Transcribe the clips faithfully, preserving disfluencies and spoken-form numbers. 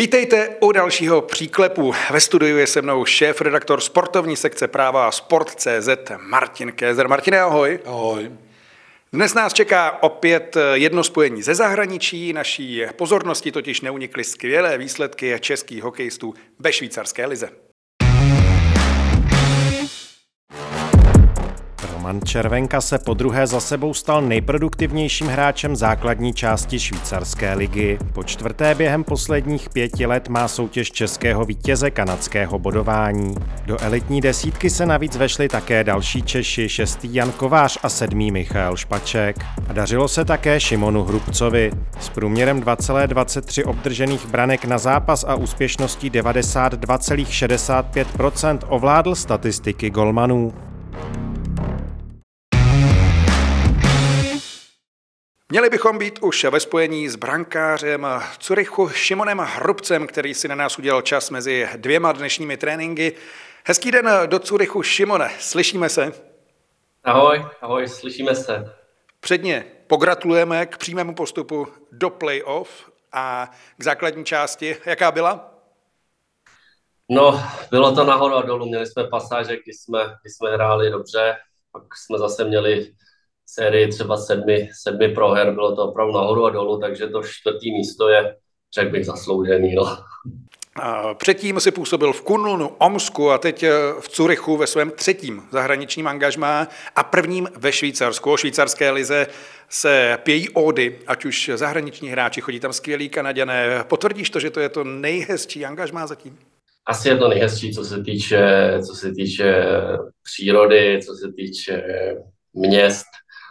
Vítejte u dalšího příklepu. Ve studiu je se mnou šéf-redaktor sportovní sekce Práva a sport tečka cé zet Martin Kézer. Martine, ahoj. Ahoj. Dnes nás čeká opět jedno spojení ze zahraničí. Naší pozornosti totiž neunikly skvělé výsledky českých hokejistů ve švýcarské lize. Roman Červenka se podruhé za sebou stal nejproduktivnějším hráčem základní části švýcarské ligy. Po čtvrté během posledních pěti let má soutěž českého vítěze kanadského bodování. Do elitní desítky se navíc vešli také další Češi, šestý Jan Kovář a sedmý Michael Špaček. A dařilo se také Šimonu Hrubcovi. S průměrem dva celé dvacet tři obdržených branek na zápas a úspěšností devadesát dva celé šedesát pět procent ovládl statistiky golmanů. Měli bychom být už ve spojení s brankářem Curychu Šimonem Hrubcem, který si na nás udělal čas mezi dvěma dnešními tréninky. Hezký den do Curychu, Šimone, slyšíme se? Ahoj, ahoj, slyšíme se. Předně pogratulujeme k přímému postupu do play-off a k základní části. Jaká byla? No, bylo to nahoru a dolů. Měli jsme pasáže, kdy jsme, kdy jsme hráli dobře, pak jsme zase měli sérii třeba sedmi, sedmi proher, bylo to opravdu nahoru a dolů, takže to čtvrtý místo je, řekl bych, zasloužený. No. Předtím si působil v Kunlunu, Omsku a teď v Curychu ve svém třetím zahraničním angažmá a prvním ve Švýcarsku. O švýcarské lize se pějí ódy, ať už zahraniční hráči, chodí tam skvělí Kanaďané. Potvrdíš to, že to je to nejhezčí angažmá zatím? Asi je to nejhezčí, co se týče, co se týče přírody, co se týče měst.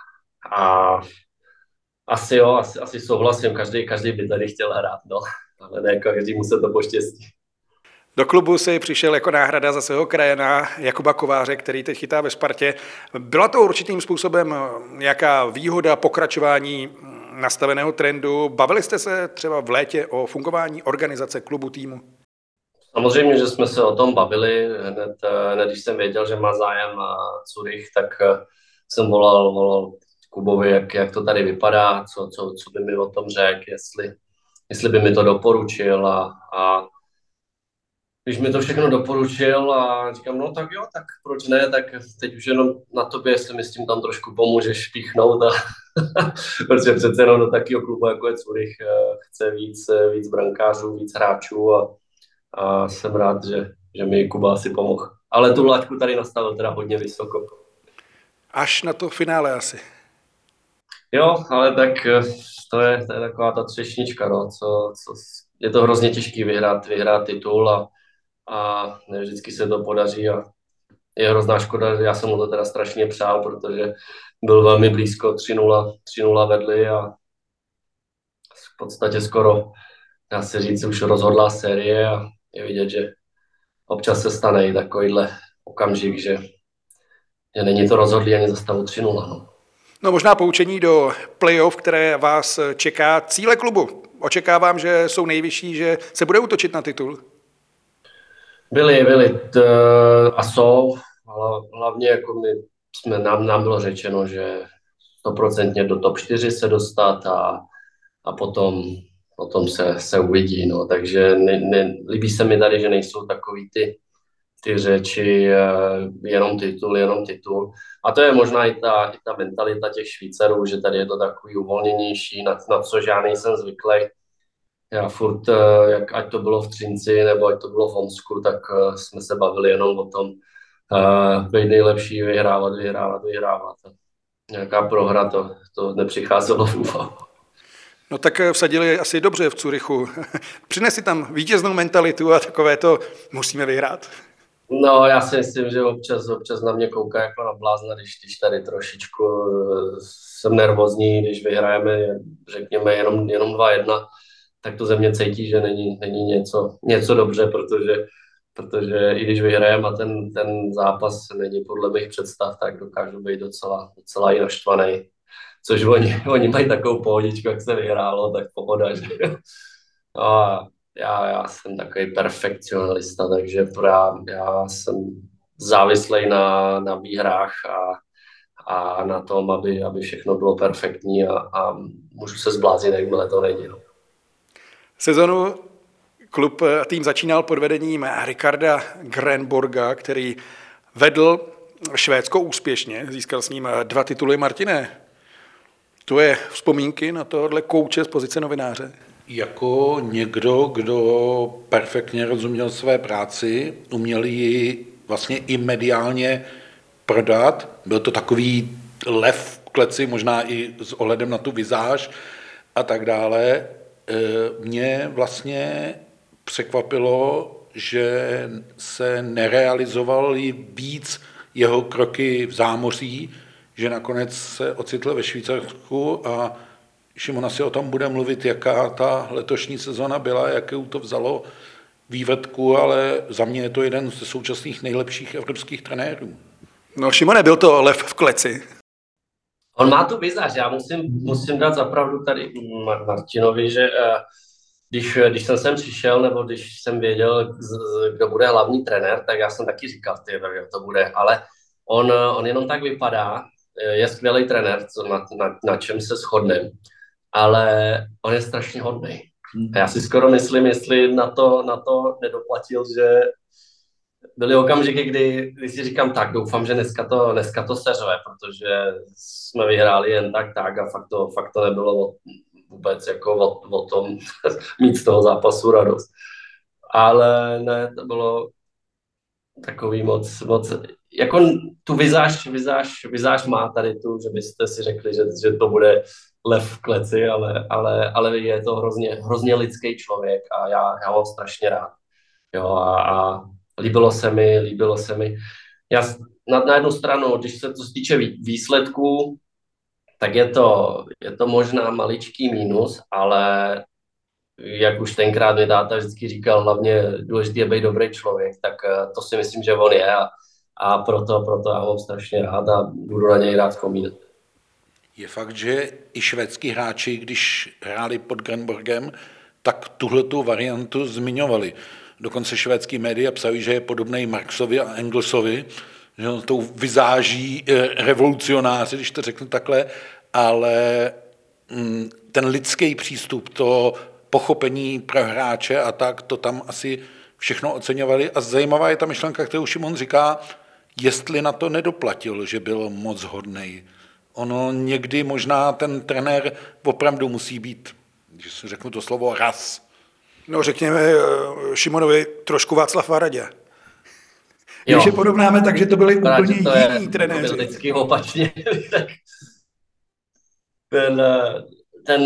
A asi jo, asi, asi souhlasím, každý, každý by tady chtěl hrát, no, ale ne každý mu se to poštěstí. Do klubu si přišel jako náhrada za svého krajana Jakuba Kováře, který teď chytá ve Spartě. Byla to určitým způsobem nějaká výhoda pokračování nastaveného trendu? Bavili jste se třeba v létě o fungování organizace klubu, týmu? Samozřejmě, že jsme se o tom bavili. Hned, hned když jsem věděl, že má zájem Curych, tak jsem volal, volal Kubovi, jak, jak to tady vypadá, co, co, co by mi o tom řekl, jestli, jestli by mi to doporučil a, a když mi to všechno doporučil a říkám, no tak jo, tak proč ne, tak teď už jenom na tobě, jestli mi s tím tam trošku pomůžeš píchnout, a protože přece jenom do takového klubu, jako je Curych, chce víc, víc brankářů, víc hráčů a, a jsem rád, že, že mi Kuba asi pomohl. Ale tu laťku tady nastavil teda hodně vysoko. Až na to finále asi. Jo, ale tak to je, to je taková ta třešnička, no, co, co, je to hrozně těžký vyhrát, vyhrát titul a, a ne vždycky se to podaří a je hrozná škoda, že já jsem mu to teda strašně přál, protože byl velmi blízko, tři nula vedli a v podstatě skoro, dá se říct, už rozhodla série a je vidět, že občas se stane i takovýhle okamžik, že, že není to rozhodlý ani za stavu tři nula, no. No možná poučení do playoff, které vás čeká. Cíle klubu. Očekávám, že jsou nejvyšší, že se bude útočit na titul. Byli, byli t, a jsou, ale hlavně jako my jsme, nám, nám bylo řečeno, že stoprocentně do top čtyři se dostat a, a potom, potom se, se uvidí. No. Takže ne, ne, líbí se mi tady, že nejsou takový ty ty řeči, jenom titul, jenom titul. A to je možná i ta, i ta mentalita těch Švýcarů, že tady je to takový uvolněnější, na, na což já nejsem zvyklý. Já furt, jak ať to bylo v Třinci, nebo ať to bylo v Omsku, tak jsme se bavili jenom o tom, uh, být nejlepší, vyhrávat, vyhrávat, vyhrávat. Nějaká prohra, to, to nepřicházelo v úvahu. No tak vsadili asi dobře v Curychu. Přinesi tam vítěznou mentalitu a takové to musíme vyhrát. No, já si myslím, že občas, občas na mě kouká jako na blázna, když, když tady trošičku jsem nervózní, když vyhrajeme, řekněme, jenom, jenom dva jedna, tak to ze mě cítí, že není, není něco, něco dobře, protože, protože i když vyhrajeme a ten, ten zápas není podle mých představ, tak dokážu být docela, docela i naštvaný. Což oni, oni mají takovou pohodičku, jak se vyhrálo, tak pohoda, že a Já, já jsem takový perfekcionalista, takže já, já jsem závislý na, na výhrách a, a na tom, aby, aby všechno bylo perfektní a, a můžu se zbláznit, jakmile to nejde. No. Sezonu, Klub a tým začínal pod vedením Ricarda Grenborga, který vedl Švédsko úspěšně, získal s ním dva tituly. Martine, to je vzpomínky na tohle kouče z pozice novináře? Jako někdo, kdo perfektně rozuměl své práci, uměl ji vlastně i mediálně prodat. Byl to takový lev v kleci, možná i s ohledem na tu vizáž a tak dále. Mě vlastně překvapilo, že se nerealizovaly víc jeho kroky v zámoří, že nakonec se ocitl ve Švýcarsku a Šimon asi o tom bude mluvit, jaká ta letošní sezona byla, jakou to vzalo vývrtku, ale za mě je to jeden ze současných nejlepších evropských trenérů. No Šimone, byl to lev v kleci. On má tu vizáž, já musím, musím dát zapravdu tady Martinovi, že když, když jsem sem přišel, nebo když jsem věděl, kdo bude hlavní trenér, tak já jsem taky říkal, ty, to bude, ale on, on jenom tak vypadá, je skvělý trenér, co, na, na, na čem se shodneme, ale on je strašně hodnej. A já si skoro myslím, jestli na to, na to nedoplatil, že byly okamžiky, kdy, kdy si říkám, tak doufám, že dneska to, dneska to seřve, protože jsme vyhráli jen tak, tak a fakt to, fakt to nebylo o, vůbec jako o, o tom mít z toho zápasu radost. Ale ne, to bylo takový moc, moc jako tu vizáž, vizáž, vizáž má tady tu, že byste si řekli, že, že to bude lev v kleci, ale, ale, ale je to hrozně, hrozně lidský člověk a já, já ho mám strašně rád. Jo, a, a líbilo se mi, líbilo se mi. Já na, na jednu stranu, když se to týče výsledků, tak je to, je to možná maličký mínus, ale jak už tenkrát mi táta vždycky říkal, hlavně důležitý je být dobrý člověk, tak to si myslím, že on je a, a proto, proto já mám strašně rád a budu na něj rád vzpomínat. Je fakt, že i švédský hráči, když hráli pod Grenborgem, tak tuhletu variantu zmiňovali. Dokonce švédský média psali, že je podobný Marksovi a Englesovi, že on tou vizáží revolucionáři, když to řeknu takhle, ale ten lidský přístup, to pochopení pro hráče a tak, to tam asi všechno oceňovali. A zajímavá je ta myšlenka, kterou Šimon říká, jestli na to nedoplatil, že byl moc hodnej. Ono někdy možná ten trenér opravdu musí být, když si řeknu to slovo, ras. No řekněme Šimonovi trošku Václav Varadě. Když je podobnáme, takže to byli Právě úplně to jiní je, trenéři. To byl vždycky opačně. ten, ten,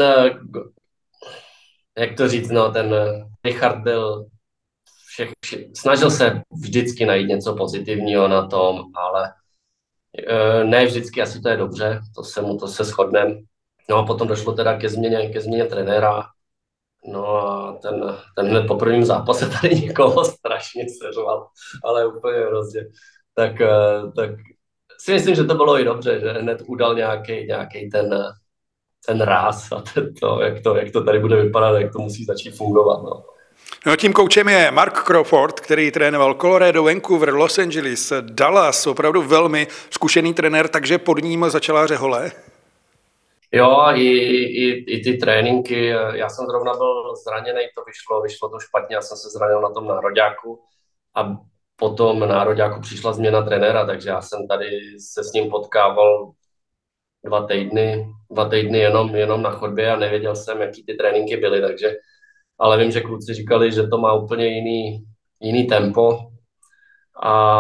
jak to říct, no, ten Richard byl, všech, všech, snažil se vždycky najít něco pozitivního na tom, ale ne vždycky, asi to je dobře, to se mu to se shodneme. No a potom došlo teda ke změně, ke změně trenéra. No a ten, ten hned po prvním zápase tady někoho strašně seřval, ale úplně hrozně. Tak, tak si myslím, že to bylo i dobře, že hned udal nějaký, nějaký ten, ten ráz a to, jak, to, jak to tady bude vypadat, jak to musí začít fungovat. No. No, tím koučem je Mark Crawford, který trénoval Colorado, Vancouver, Los Angeles, Dallas, opravdu velmi zkušený trenér, takže pod ním začala řehole. Jo, i, i, i ty tréninky, já jsem zrovna byl zraněný, to vyšlo, vyšlo to špatně, já jsem se zranil na tom nároďáku a potom nároďáku přišla změna trenéra, takže já jsem tady se s ním potkával dva týdny, dva týdny jenom, jenom na chodbě a nevěděl jsem, jaký ty tréninky byly, takže ale vím, že kluci říkali, že to má úplně jiný, jiný tempo a,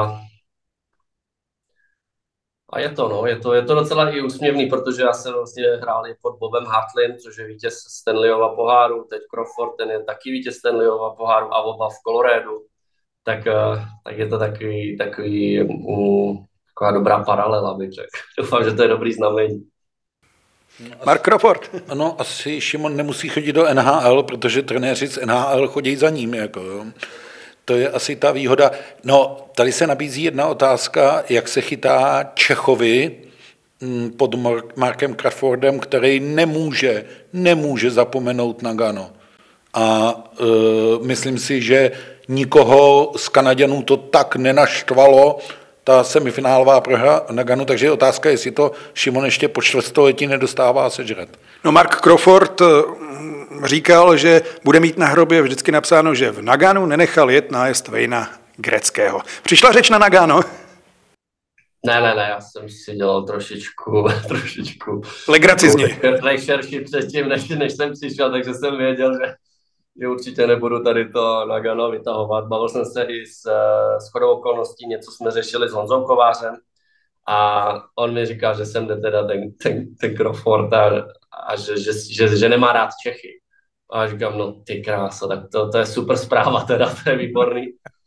a je to, no, je to, je to docela i úsměvný, protože já jsem vlastně hrál i pod Bobem Hartlem, což je vítěz Stanleyova poháru, teď Crawford, ten je taky vítěz Stanleyova poháru a oba v Coloradu, tak, tak je to takový, takový um, taková dobrá paralela, bych řekl. Doufám, že to je dobrý znamení. Mark Crawford. Ano, asi Šimon nemusí chodit do N H L, protože trenéři z N H L chodí za ním. Jako, jo. To je asi ta výhoda. No, tady se nabízí jedna otázka, jak se chytá Čechovi pod Markem Crawfordem, který nemůže, nemůže zapomenout na Gano. A e, myslím si, že nikoho z Kanaďanů to tak nenaštvalo, ta semifinálová prohra na Ganu, takže je otázka, jestli to Šimon ještě po čtvrtstoletí nedostává sežrat. No Mark Crawford říkal, že bude mít na hrobě vždycky napsáno, že v Naganu nenechal jet nájezd Wayna Gretzkého. Přišla řeč na Nagano? Ne, ne, ne, já jsem si dělal trošičku, trošičku legraci z něj. Rešerši předtím, než, než jsem přišel, takže jsem věděl, že, že určitě nebudu tady to Nagano vytahovat. Bavil jsem se i s, s chodou okolností, něco jsme řešili s Honzou Kovářem a on mi říkal, že jsem jde teda ten, ten, ten Crawford a, a že, že, že, že nemá rád Čechy. A říkám, no ty krása, tak to, to je super zpráva teda, to je výborný.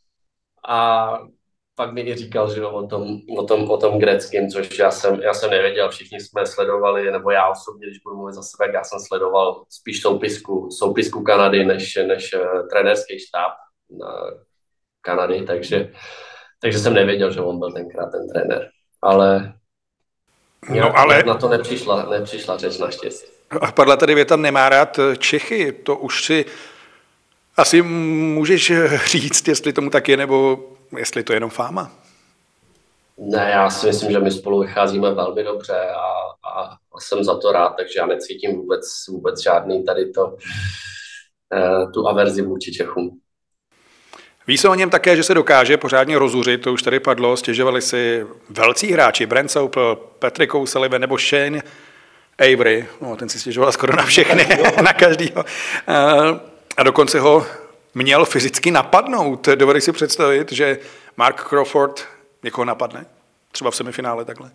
A pak mi i říkal, že o tom, o tom, o tom Gretzkým, což já jsem, já jsem nevěděl, všichni jsme sledovali, nebo já osobně, když budu mluvit za sebe, já jsem sledoval spíš soupisku, soupisku Kanady, než, než uh, trenérský štáb na Kanady, takže, takže jsem nevěděl, že on byl tenkrát ten trenér, ale, no, ale... na to nepřišla, nepřišla řeč naštěstí. A padla tady věta, nemá rád Čechy, to už si asi můžeš říct, jestli tomu tak je, nebo jestli to je jenom fáma. Ne, já si myslím, že my spolu vycházíme velmi dobře a, a, a jsem za to rád, takže já necítím vůbec, vůbec žádný tady to, eh, tu averzi vůči Čechům. Ví se o něm také, že se dokáže pořádně rozuřit, to už tady padlo, stěžovali si velcí hráči, Brent Souple, Patrick O'Sullivan nebo Shane Avery, no, ten si stěžoval skoro na všechny, na každýho. A dokonce ho měl fyzicky napadnout. Dovedeš si představit, že Mark Crawford někoho napadne? Třeba v semifinále takhle?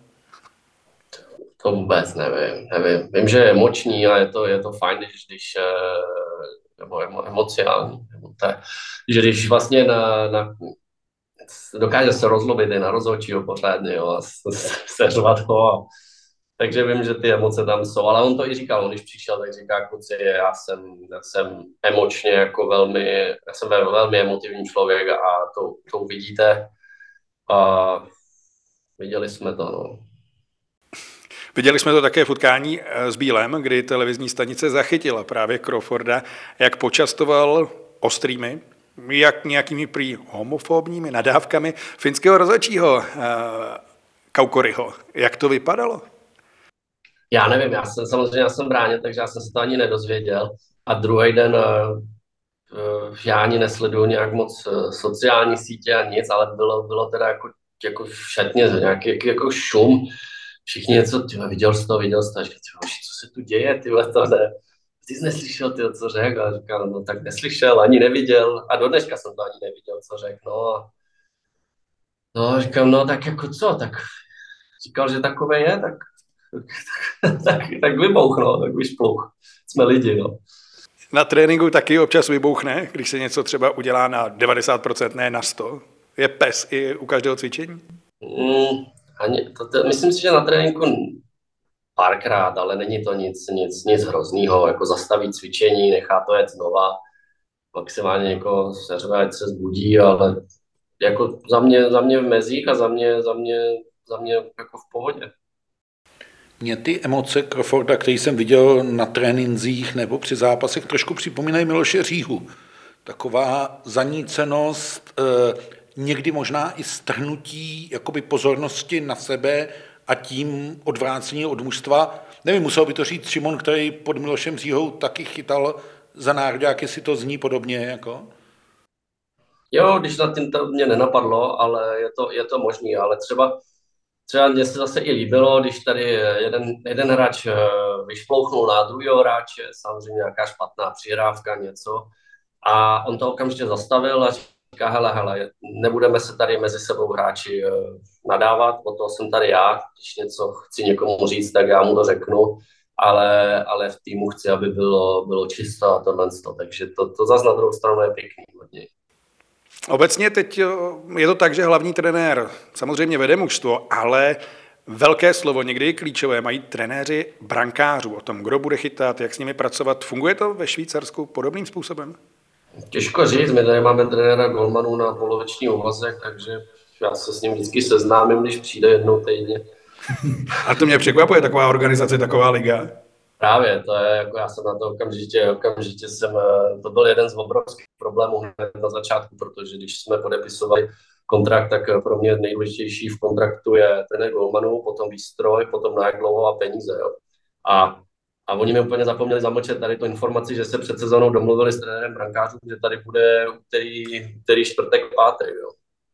To vůbec nevím. nevím. Vím, že je emoční a je to, je to fajn, když, když nebo emociální. Nebo te, že když vlastně na, na, dokáže se rozlobit i na rozhodčího pořádně jo, a seřvat ho. A, takže vím, že ty emoce tam jsou, ale on to i říkal, on když přišel, tak říká, kluci, já jsem, já jsem emočně jako velmi, já jsem velmi emotivní člověk a to, to uvidíte a viděli jsme to, no. Viděli jsme to také v utkání s Bílem, kdy televizní stanice zachytila právě Crawforda, jak počastoval ostrými, jak nějakými prý homofobními nadávkami finského rozhodčího Kaukoryho. Jak to vypadalo? Já nevím, já jsem samozřejmě já jsem bránil, takže já jsem se to ani nedozvěděl. A druhý den uh, uh, já ani nesleduju nějak moc uh, sociální sítě a nic, ale bylo, bylo teda jako, jako šatně, nějaký jako šum. Všichni něco, tyhle, viděl jsi to, viděl jsi to, a říkal, co se tu děje, tyhle, to ne. Ty jsi neslyšel, tyhle, co řekl, a říkal, no tak neslyšel, ani neviděl, a do dneška jsem to ani neviděl, co řekl, no. A, no, říkám, no tak jako co, tak říkal, že takové je, tak tak, tak vybouch, no, tak vyšplouch. Jsme lidi, no. Na tréninku taky občas vybouchne, když se něco třeba udělá na devadesát procent, ne na sto. Je pes i u každého cvičení? Mm, ani, to, to, myslím si, že na tréninku párkrát, ale není to nic, nic, nic hroznýho, jako zastaví cvičení, nechá to jet znova, maximálně někoho seřve, ať se zbudí, ale jako za mě, za mě v mezích a za mě, za mě, za mě jako v pohodě. Mě ty emoce Crawforda, který jsem viděl na trénincích nebo při zápasech, trošku připomínají Miloše Říhu. Taková zanícenost, eh, někdy možná i strhnutí jakoby pozornosti na sebe a tím odvrácení od mužstva. Nevím, musel by to říct Šimon, který pod Milošem Říhou taky chytal za nároďák, jestli to zní podobně. Jako? Jo, když na tím to mě nenapadlo, ale je to, je to možný, ale třeba Třeba mně se zase i líbilo, když tady jeden, jeden hráč vyšplouchnul na druhého hráče, samozřejmě nějaká špatná přihrávka, něco. A on to okamžitě zastavil a říká, hele, hele, nebudeme se tady mezi sebou hráči nadávat, o toho jsem tady já, když něco chci někomu říct, tak já mu to řeknu, ale, ale v týmu chci, aby bylo, bylo čisto a tohle. Takže to, to zase na druhou stranu je pěkný od něj. Obecně teď je to tak, že hlavní trenér samozřejmě vede mužstvo, ale velké slovo, někdy klíčové, mají trenéři brankářů o tom, kdo bude chytat, jak s nimi pracovat. Funguje to ve Švýcarsku podobným způsobem? Těžko říct, my tady máme trenéra golmanů na poloviční úvazek, takže já se s ním vždycky seznámím, když přijde jednou týdně. A to mě překvapuje, taková organizace, taková liga. Právě, to je, jako já jsem na to okamžitě, okamžitě jsem, to byl jeden z obrovských problémů hned na začátku, protože když jsme podepisovali kontrakt, tak pro mě nejdůležitější v kontraktu je trenér golmanů, potom výstroj, potom na jak dlouho a peníze, jo. A A oni mi úplně zapomněli zamlčet tady tu informaci, že se před sezónou domluvili s trenérem brankářů, že tady bude úterý, úterý čtvrtek, pátek, jo.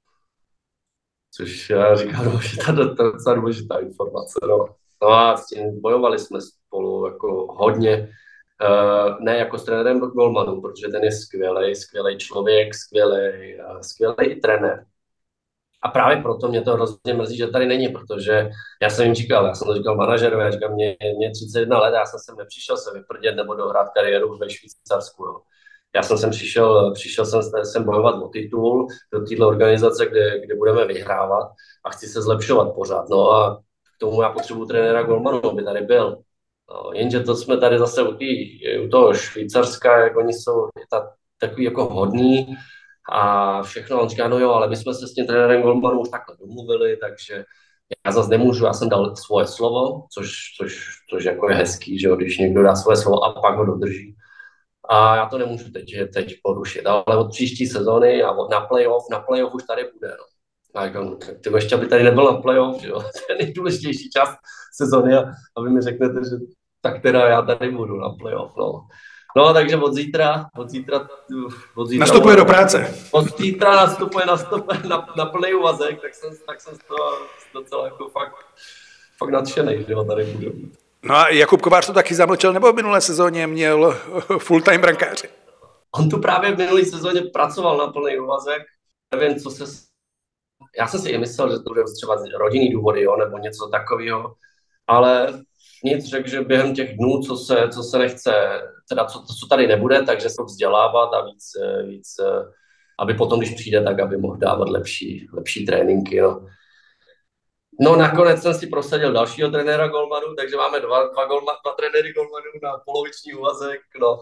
Což já říkám, no, že to je docela důležitá informace, no. No a s tím bojovali jsme spolu jako hodně, uh, ne jako s trenérem Golmanu, protože ten je skvělej, skvělej člověk, skvělej, uh, skvělej trenér. A právě proto mě to hrozně mrzí, že tady není, protože já jsem jim říkal, já jsem to říkal manažerovi, já říkám, mě, mě třicet jedna let, já jsem sem nepřišel se vyprdět nebo dohrát kariéru ve Švýcarsku. Jo. Já jsem sem přišel, přišel jsem sem bojovat o titul do této organizace, kde, kde budeme vyhrávat a chci se zlepšovat pořád. No a k tomu já potřebuji trenéra Golmanu, aby tady byl. No, jenže to jsme tady zase u, tý, u toho Švýcarska, jak oni jsou ta, takový jako hodný, a všechno, on říká, no jo, ale my jsme se s tím trenérem Golmanu už takhle domluvili, takže já zase nemůžu, já jsem dal svoje slovo, což, což, což jako je hezký, že jo, když někdo dá svoje slovo a pak ho dodrží. A já to nemůžu teď, teď porušit, ale od příští sezóny a od, na playoff, na playoff už tady bude, no. A říkám, no, ty ještě, aby tady nebyl na playoff, že jo, to je nejdůležitější část sezóny a, a vy mi řeknete, že tak teda já tady budu na playoff, no. No, takže od zítra, od zítra, od zítra nastupuje do práce. Od zítra nastupuje, nastupuje na, na plný úvazek, tak jsem, tak jsem z toho docela jako fakt, fakt nadšenej, že ho tady budu. No a Jakub Kovář to taky zamlčel, nebo v minulé sezóně měl full-time brankáře? On tu právě v minulé sezóně pracoval na plný úvazek. Nevím, co se... Já jsem si i myslel, že to bude třeba rodinný důvody, jo, nebo něco takového, ale nic, řekl, že během těch dnů, co se, co se nechce, teda co, co tady nebude, takže se vzdělávat a víc, víc, aby potom, když přijde, tak aby mohl dávat lepší, lepší tréninky. No. no nakonec jsem si prosadil dalšího trenéra Golmanu, takže máme dva, dva, golma, dva trenéry Golmanu na poloviční úvazek, no.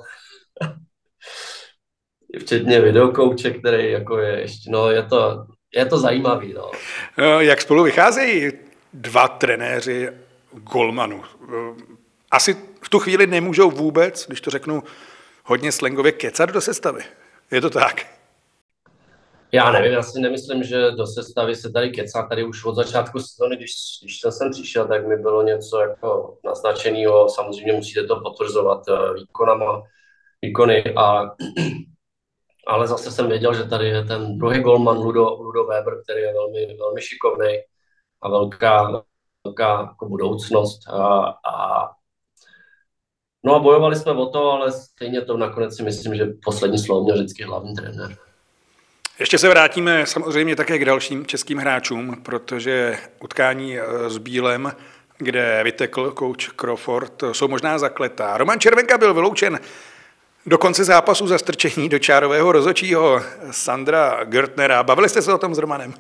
Včetně videokouče, který jako je ještě, no je to, je to zajímavý, no. Jak spolu vycházejí dva trenéři Golmanu? Asi v tu chvíli nemůžou vůbec, když to řeknu hodně slangově, kecat do sestavy. Je to tak? Já nevím, já si nemyslím, že do sestavy se tady kecá. Tady už od začátku sezóny, když, když jsem sem přišel, tak mi bylo něco jako naznačenýho. Samozřejmě musíte to potvrzovat výkonama, výkony. A, ale zase jsem věděl, že tady je ten druhý golman Ludo, Ludo Weber, který je velmi, velmi šikovný a velká, velká jako budoucnost. A, a No a bojovali jsme o to, ale stejně to nakonec si myslím, že poslední slovo měl vždycky hlavní trenér. Ještě se vrátíme samozřejmě také k dalším českým hráčům, protože utkání s Bílem, kde vytekl coach Crawford, jsou možná zakletá. Roman Červenka byl vyloučen do konce zápasu za strčení do čárového rozhodčího Sandra Görtnera. Bavili jste se o tom s Romanem?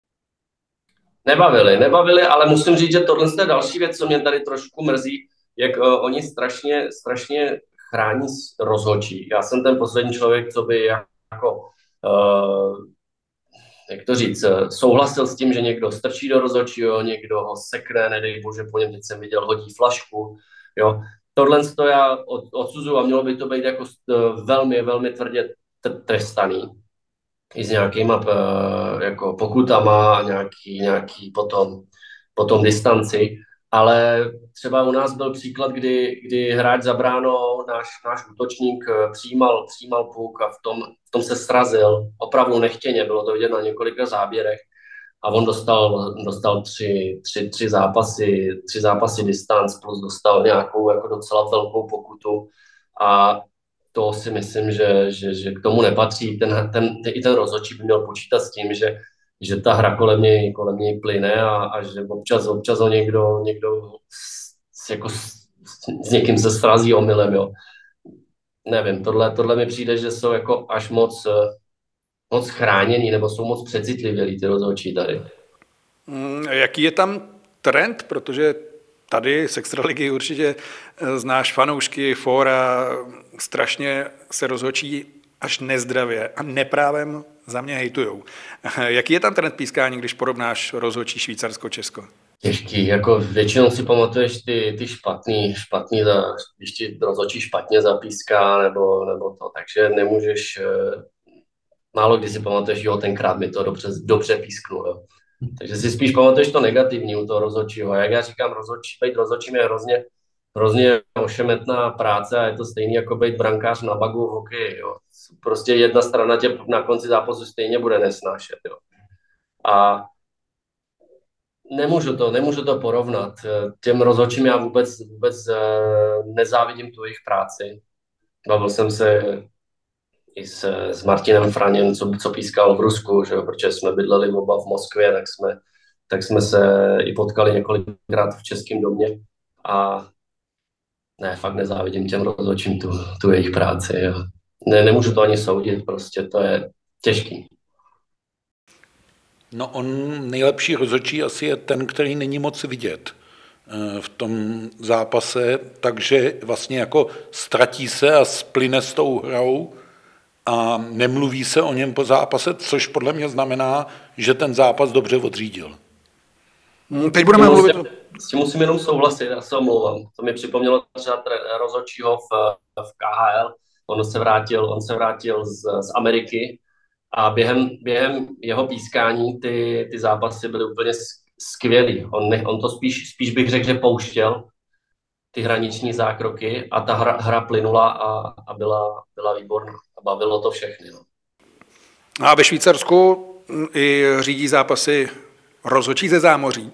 Nebavili, nebavili, ale musím říct, že tohle je další věc, co mě tady trošku mrzí, jak uh, oni strašně, strašně chrání rozhodčí. Já jsem ten poslední člověk, co by jako, uh, jak to říct, souhlasil s tím, že někdo strčí do rozhodčího, někdo ho sekne, nedej bože, po něm teď jsem viděl, hodí flašku, jo. Tohle to já odsuzuju a mělo by to být jako velmi, velmi tvrdě trestaný. I s nějakýma uh, jako pokutama, nějaký, nějaký potom, potom distanci. Ale třeba u nás byl příklad, kdy, kdy hráč za bránou, náš, náš útočník přijímal, přijímal puk a v tom, v tom se srazil, opravdu nechtěně, bylo to vidět na několika záběrech a on dostal, dostal tři, tři, tři, zápasy, tři zápasy distanc plus dostal nějakou jako docela velkou pokutu a to si myslím, že, že, že k tomu nepatří. Ten, ten, ten, I ten rozhodčí by měl počítat s tím, že že ta hra kolem něj, kolem něj plyne a, a že občas, občas ho někdo, někdo s, jako s, s někým se srazí omylem, jo. Nevím, tohle, tohle mi přijde, že jsou jako až moc, moc chráněný nebo jsou moc přecitlivělí ty rozhodčí tady. Hmm, jaký je tam trend? Protože tady z Extraligy určitě znáš fanoušky, fóra, strašně se rozhodčí až nezdravě a neprávem za mě hejtujou. Jaký je tam trend pískání, když porovnáš rozhodčí Švýcarsko-Česko? Těžký, jako většinou si pamatuješ ty, ty špatný, špatný, když ti rozhodčí špatně zapíská nebo, nebo to, takže nemůžeš, málo kdy si pamatuješ, jo, tenkrát mi to dobře, dobře písknu, jo. Takže si spíš pamatuješ to negativní u toho rozhodčího. A jak já říkám, rozhodčí, být rozhodčím je hrozně, hrozně ošemetná práce a je to stejný jako být brankář na bagu v hokeji. Jo. Prostě jedna strana tě na konci zápasu stejně bude nesnášet. Jo. A nemůžu to, nemůžu to porovnat. Těm rozhodčím já vůbec, vůbec nezávidím tu jejich práci. Bavil jsem se i s, s Martinem Franěm, co, co pískal v Rusku, že jo, protože jsme bydleli oba v Moskvě, tak jsme, tak jsme se i potkali několikrát v Českém domě a ne, fakt nezávidím těm rozhodčím tu, tu jejich práci. Jo. Ne, nemůžu to ani soudit, prostě to je těžký. No on nejlepší rozhodčí asi je ten, který není moc vidět v tom zápase, takže vlastně jako ztratí se a splyne s tou hrou a nemluví se o něm po zápase, což podle mě znamená, že ten zápas dobře odřídil. Teď budeme mluvit... S tím musím jenom souhlasit, já se omlouvám. To mi připomnělo třeba rozhodčího v, v K H L. On se vrátil, on se vrátil z, z Ameriky a během, během jeho pískání ty, ty zápasy byly úplně skvělý. On, ne, on to spíš, spíš bych řekl, že pouštěl ty hraniční zákroky a ta hra, hra plynula a, a byla, byla výborná. A bavilo to všechny. No. A ve Švýcarsku i řídí zápasy rozhodčí ze zámoří?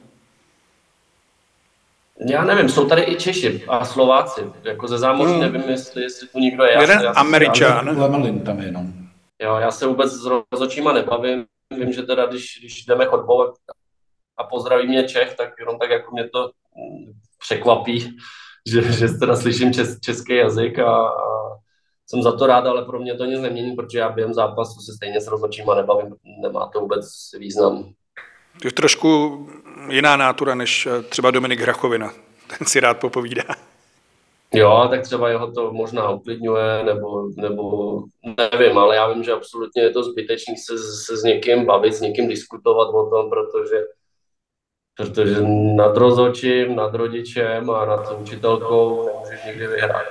Já nevím, jsou tady i Češi a Slováci. Jako ze zámoří hmm. nevím, jestli, jestli tu někdo je. Jeden já Američan. Lemelin tam jenom. Jo, já se vůbec s rozhodčíma nebavím. Vím, že teda, když, když jdeme chodbou a pozdraví mě Čech, tak jenom tak jako mě to překvapí, že, že teda slyším čes, český jazyk a, a jsem za to rád, ale pro mě to nic nemění, protože já během zápasu se stejně s rozhodčíma nebavím, nemá to vůbec význam. To je trošku jiná nátura než třeba Dominik Hrachovina, ten si rád popovídá. Jo, tak třeba jeho to možná uklidňuje, nebo, nebo nevím, ale já vím, že absolutně je to zbytečný se, se s někým bavit, s někým diskutovat o tom, protože, protože nad rozhodčím, nad rodičem a nad učitelkou nemůžeš nikdy vyhrát.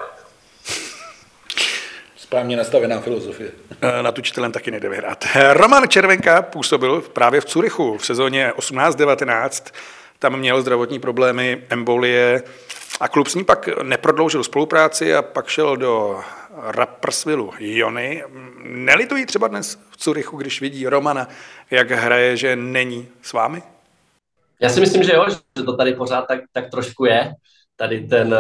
Správně nastavená filozofie. Nad učitelem taky nejde vyhrát. Roman Červenka působil právě v Curychu v sezóně osmnáct devatenáct. Tam měl zdravotní problémy, embolie a klub s ním pak neprodloužil spolupráci a pak šel do Rapperswilu Jony. Nelitují třeba dnes v Curychu, když vidí Romana, jak hraje, že není s vámi? Já si myslím, že jo, že to tady pořád tak, tak trošku je. Tady ten,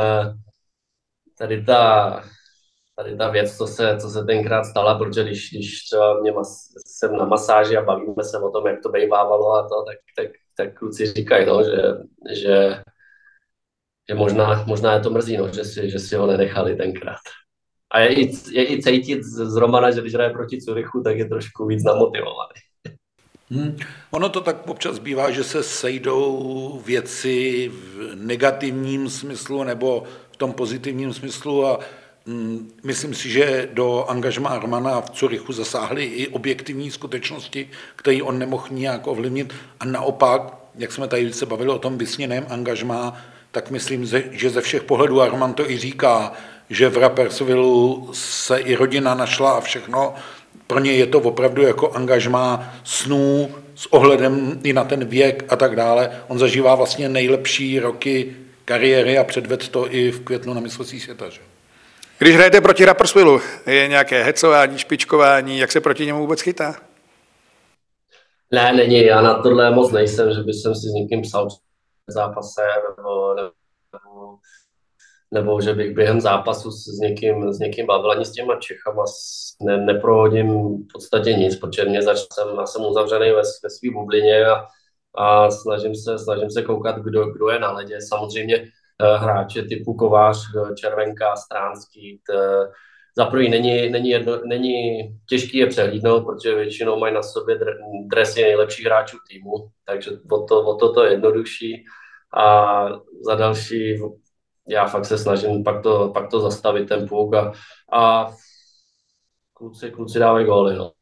tady ta, tady ta věc, co se, co se tenkrát stala, protože když, když třeba mě mas, jsem na masáži a bavíme se o tom, jak to bývávalo a to, tak, tak, tak kluci říkají, no, že, že, že možná, možná je to mrzí, no, že, si, že si ho nenechali tenkrát. A je i, je i cítit z Romana, že když hraje proti Curychu, tak je trošku víc namotivovaný. Hmm. Ono to tak občas bývá, že se sejdou věci v negativním smyslu nebo v tom pozitivním smyslu a mm, myslím si, že do angažmá Romana v Curychu zasáhly i objektivní skutečnosti, které on nemohl nijak ovlivnit a naopak, jak jsme tady se bavili o tom vysněném angažmá, tak myslím, že ze všech pohledů, a Roman to i říká, že v Rapperswilu se i rodina našla a všechno, pro ně je to opravdu jako angažmá snů s ohledem i na ten věk a tak dále. On zažívá vlastně nejlepší roky kariéry a předved to i v květnu na mistrovství světa. Že? Když hrajete proti Rapperswilu, je nějaké hecování, špičkování, jak se proti němu vůbec chytá? Ne, není, já na tohle moc nejsem, že bych si s někým psal v zápase nebo, nebo, nebo že bych během zápasu s někým, s někým bavil, ani s těma Čechama ne, neprohodím v podstatě nic, protože mě začal, já jsem uzavřený ve, ve své bublině a, a snažím, se, snažím se koukat, kdo, kdo je na ledě. Samozřejmě hráče typu Kovář, Červenka, Stránský, za první není, není, jedno, není těžký je přehlídnout, protože většinou mají na sobě dresy nejlepších hráčů týmu, takže o to, o to, to je jednodušší. A za další, já fakt se snažím pak to, pak to zastavit ten puk a, a kluci, kluci dávají góly. No.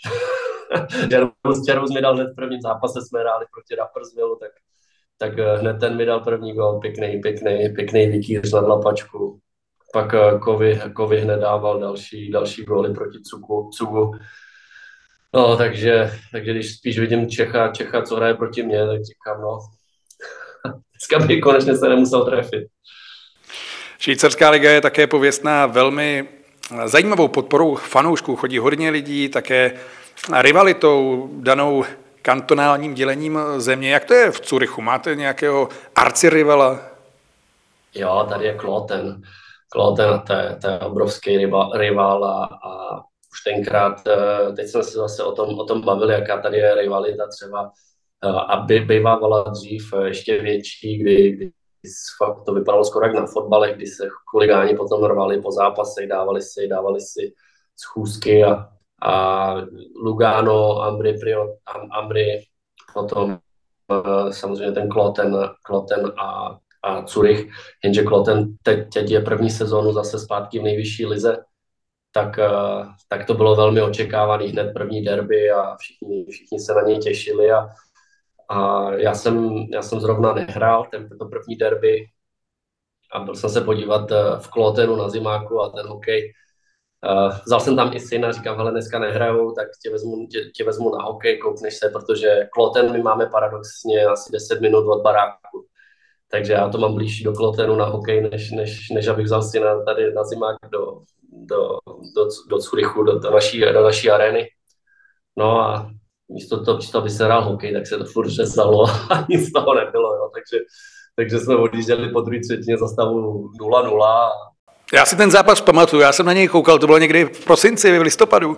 Červus mi dal hned v prvním zápase, jsme hráli proti Rapperswilu, tak, tak hned ten mi dal první gól, pěkný, pěkný, pěkný vykýř na dlapačku. Pak Kovy, Kovy hned dával další, další góly proti Cugu. Cugu. No, takže, takže když spíš vidím Čecha, Čecha, co hraje proti mně, tak říkám, no, dneska by konečně se nemusel trefit. Švýcarská liga je také pověstná velmi zajímavou podporou fanoušků. Chodí hodně lidí, také rivalitou danou kantonálním dělením země. Jak to je v Curychu? Máte nějakého arcirivala? Jo, tady je Kloten. Kloten, to je, to je obrovský rival, rival a, a už tenkrát, teď jsme se zase o tom, o tom bavili, jaká tady je rivalita třeba a by, bývávala dřív ještě větší, kdy, kdy fakt to vypadalo skoro jak na fotbale, kdy se chuligáni potom rvali po zápasech, dávali si, dávali si schůzky a, a Lugano, Ambry, Priot, Ambry, potom samozřejmě ten Kloten, Kloten a, a Zurich, jenže Kloten teď, teď je první sezónu zase zpátky v nejvyšší lize, tak, tak to bylo velmi očekávaný hned první derby a všichni, všichni se na něj těšili a, a já, jsem, já jsem zrovna nehrál ten, to první derby a byl jsem se podívat v Klotenu na zimáku a ten hokej. Uh, vzal jsem tam i syna, říkám, hele, dneska nehrajou, tak tě vezmu, tě, tě vezmu na hokej, koukneš se, protože Kloten my máme paradoxně asi deset minut od baráku. Takže já to mám blížší do Klotenu na hokej, než, než, než abych vzal syna tady na zimák do, do, do, do Curychu, do, do, naší, do naší arény. No a místo toho, aby se hrál hokej, tak se to furt řezalo a nic z toho nebylo. Jo. Takže, takže jsme odjížděli po druhé třetině za stavu nula nula. Já si ten zápas pamatuju, já jsem na něj koukal, to bylo někdy v prosinci, v listopadu.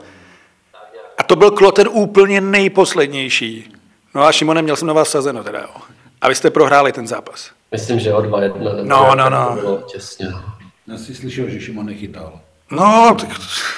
A to byl Kloten úplně nejposlednější. No a Šimone, měl jsem na vás sazeno teda, jo. A vy jste prohráli ten zápas. Myslím, že o dva jedna. No, no, no. To bylo těsně. Já si slyšel, že Šimon nechytal. No, tak,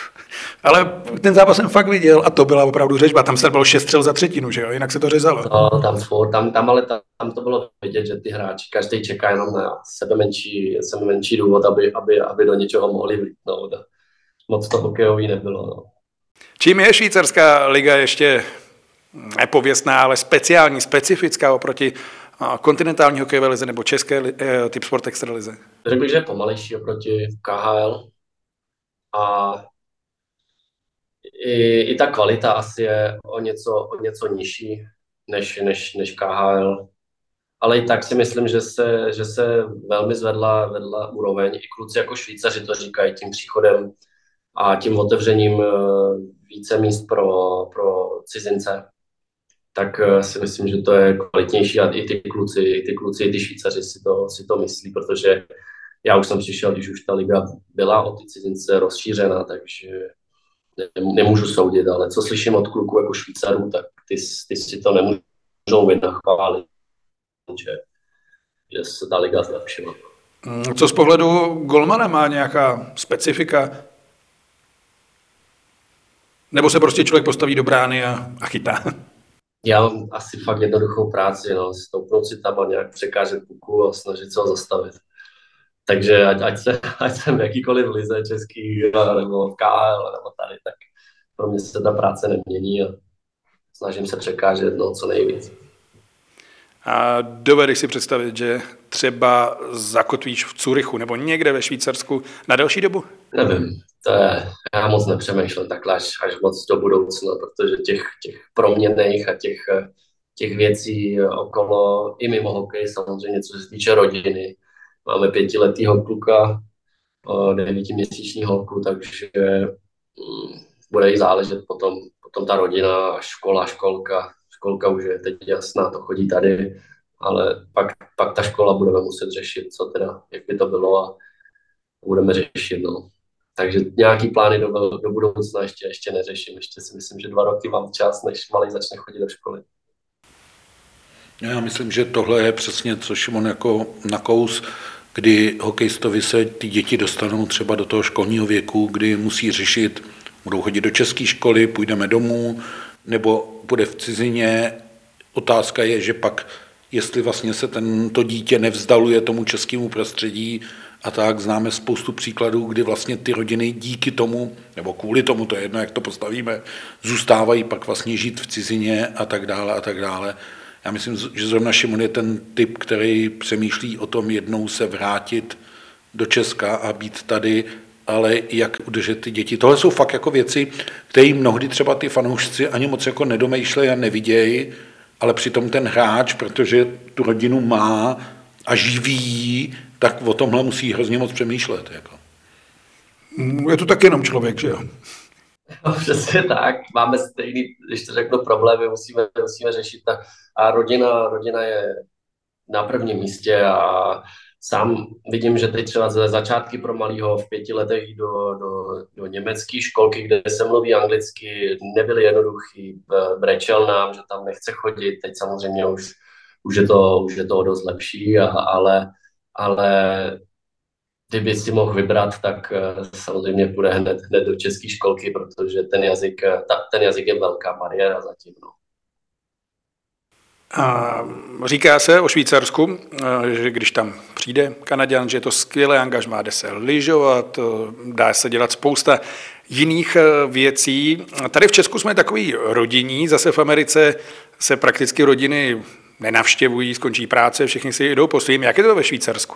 ale ten zápas jsem fakt viděl a to byla opravdu řežba. Tam se bylo šest střel za třetinu, že jo, jinak se to řezalo. No, tam, tam, tam ale tam, tam to bylo vidět, že ty hráči, každý čeká jenom na sebe menší, sebe menší důvod, aby, aby, aby do něčeho mohli vlítnout. Moc to hokejový nebylo. No. Čím je švýcarská liga ještě nepověstná, ale speciální, specifická oproti kontinentální hokejové lize nebo české typ sport extralize? Řekl bych, že je pomalejší oproti K H L a i, i ta kvalita asi je o něco, o něco nižší než, než, než K H L. Ale i tak si myslím, že se, že se velmi zvedla, vedla úroveň. I kluci jako Švýcaři to říkají tím příchodem a tím otevřením více míst pro, pro cizince. Tak si myslím, že to je kvalitnější a i ty kluci, i ty kluci, i ty Švýcaři si to, si to myslí, protože já už jsem přišel, když už ta liga byla o ty cizince rozšířena, takže nemůžu soudit, ale co slyším od kluků jako Švýcarů, tak ty, ty si to nemůžou vynachválit, že, že se ta liga zlepšila. Co z pohledu golmana má nějaká specifika? Nebo se prostě člověk postaví do brány a, a chytá? Já mám asi fakt jednoduchou práci, no, stoupnout si tam a nějak překážet puku a snažit se ho zastavit. Takže ať, ať, se, ať jsem v jakýkoliv lize český nebo v K H L nebo tady, tak pro mě se ta práce nemění a snažím se překážet no, co nejvíc. A dovedeš si představit, že třeba zakotvíš v Curychu nebo někde ve Švýcarsku na delší dobu? Nevím, to je, já moc nepřemýšlím takhle až, až moc do budoucna, protože těch, těch proměnných a těch, těch věcí okolo i mimo hokej samozřejmě, co se týče rodiny. Máme pětiletýho kluka, devítiměsíční holku, takže um, bude jí záležet potom, potom ta rodina, škola, školka. Školka už je teď jasná, to chodí tady, ale pak, pak ta škola budeme muset řešit, co teda, jak by to bylo a budeme řešit, no. Takže nějaký plány do, do budoucna ještě, ještě neřeším. Ještě si myslím, že dva roky mám čas, než malý začne chodit do školy. Já myslím, že tohle je přesně, co Šimon jako nakous, kdy hokejistovi se ty děti dostanou třeba do toho školního věku, kdy musí řešit, budou chodit do české školy, půjdeme domů, nebo bude v cizině. Otázka je, že pak, jestli vlastně se tento dítě nevzdaluje tomu českému prostředí a tak, známe spoustu příkladů, kdy vlastně ty rodiny díky tomu, nebo kvůli tomu, to je jedno, jak to postavíme, zůstávají pak vlastně žít v cizině a tak dále a tak dále. Já myslím, že zrovna Šimon je ten typ, který přemýšlí o tom jednou se vrátit do Česka a být tady, ale jak udržet ty děti. Tohle jsou fakt jako věci, které mnohdy třeba ty fanoušci ani moc jako nedomýšlejí a nevidějí, ale přitom ten hráč, protože tu rodinu má, a živí ji, tak o tomhle musí hrozně moc přemýšlet. Jako. Je to tak jenom člověk, že jo? No, přesně tak. Máme stejný, když to řeknu, problémy, musíme, musíme řešit. A, a rodina, rodina je na prvním místě a sám vidím, že teď třeba ze začátky pro malýho v pěti letech do, do, do německé školky, kde se mluví anglicky, nebyly jednoduchý, brečel nám, že tam nechce chodit, teď samozřejmě už, už, je, to, už je to dost lepší, a, ale, ale kdyby si mohl vybrat, tak samozřejmě půjde hned, hned do české školky, protože ten jazyk, ta, ten jazyk je velká bariéra zatím. No. A říká se o Švýcarsku, že když tam přijde Kanaďan, že je to skvělé angažmá, jde se lyžovat, dá se dělat spousta jiných věcí. Tady v Česku jsme takový rodinní, zase v Americe se prakticky rodiny nenavštěvují, skončí práce, všichni si jdou po svým. Jak je to ve Švýcarsku?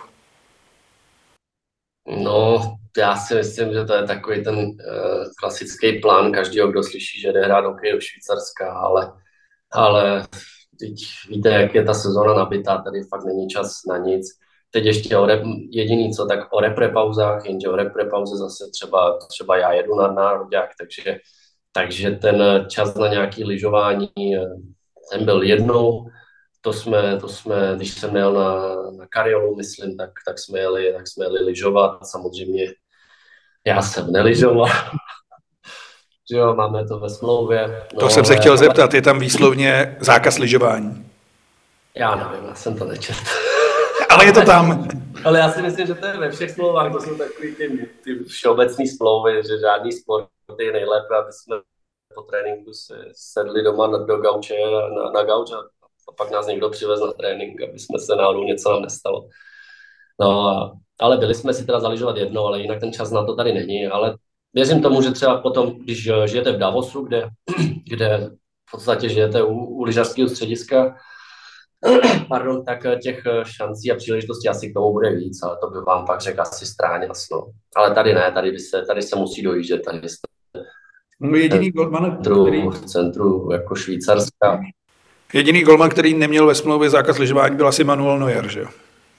No, já si myslím, že to je takový ten uh, klasický plán každého, kdo slyší, že jde hrát hokej do Švýcarska, ale, ale teď víte, jak je ta sezóna nabitá, tady fakt není čas na nic. Teď ještě o rep, jediný co, tak o reprepauzách, jenže o reprepauze zase třeba, třeba já jedu na nároďák, takže, takže ten čas na nějaké lyžování, ten byl jednou. To jsme, to jsme, když jsem jel na, na Kariolu, myslím, tak, tak jsme jeli, tak jsme jeli lyžovat. Samozřejmě já jsem nelyžoval. Že jo, máme to ve smlouvě. No, to jsem se chtěl ale... zeptat, je tam výslovně zákaz lyžování? Já nevím, já jsem to nečetl. Ale je to tam. Ale já si myslím, že to je ve všech smlouvách, to jsou takový ty, ty všeobecný smlouvy, že žádný sport je nejlépe, aby jsme po tréninku se sedli doma do gauče, na, na gauč a pak nás někdo přivez na trénink, aby jsme se náhodou něco nám nestalo. No, ale byli jsme si teda zalyžovat jednou, ale jinak ten čas na to tady není, ale věřím tomu, že třeba potom, když žijete v Davosu, kde, kde v podstatě žijete u, u lyžařského střediska, pardon, tak těch šancí a příležitostí asi k tomu bude víc, ale to by vám pak řekl asi stráně jasno. Ale tady ne, tady, by se, tady se musí dojíždět, tady jste no, jediný golman, který... v centru jako Švýcarska. Jediný golman, který neměl ve smlouvě zákaz lyžování, byl asi Manuel Neuer, že jo?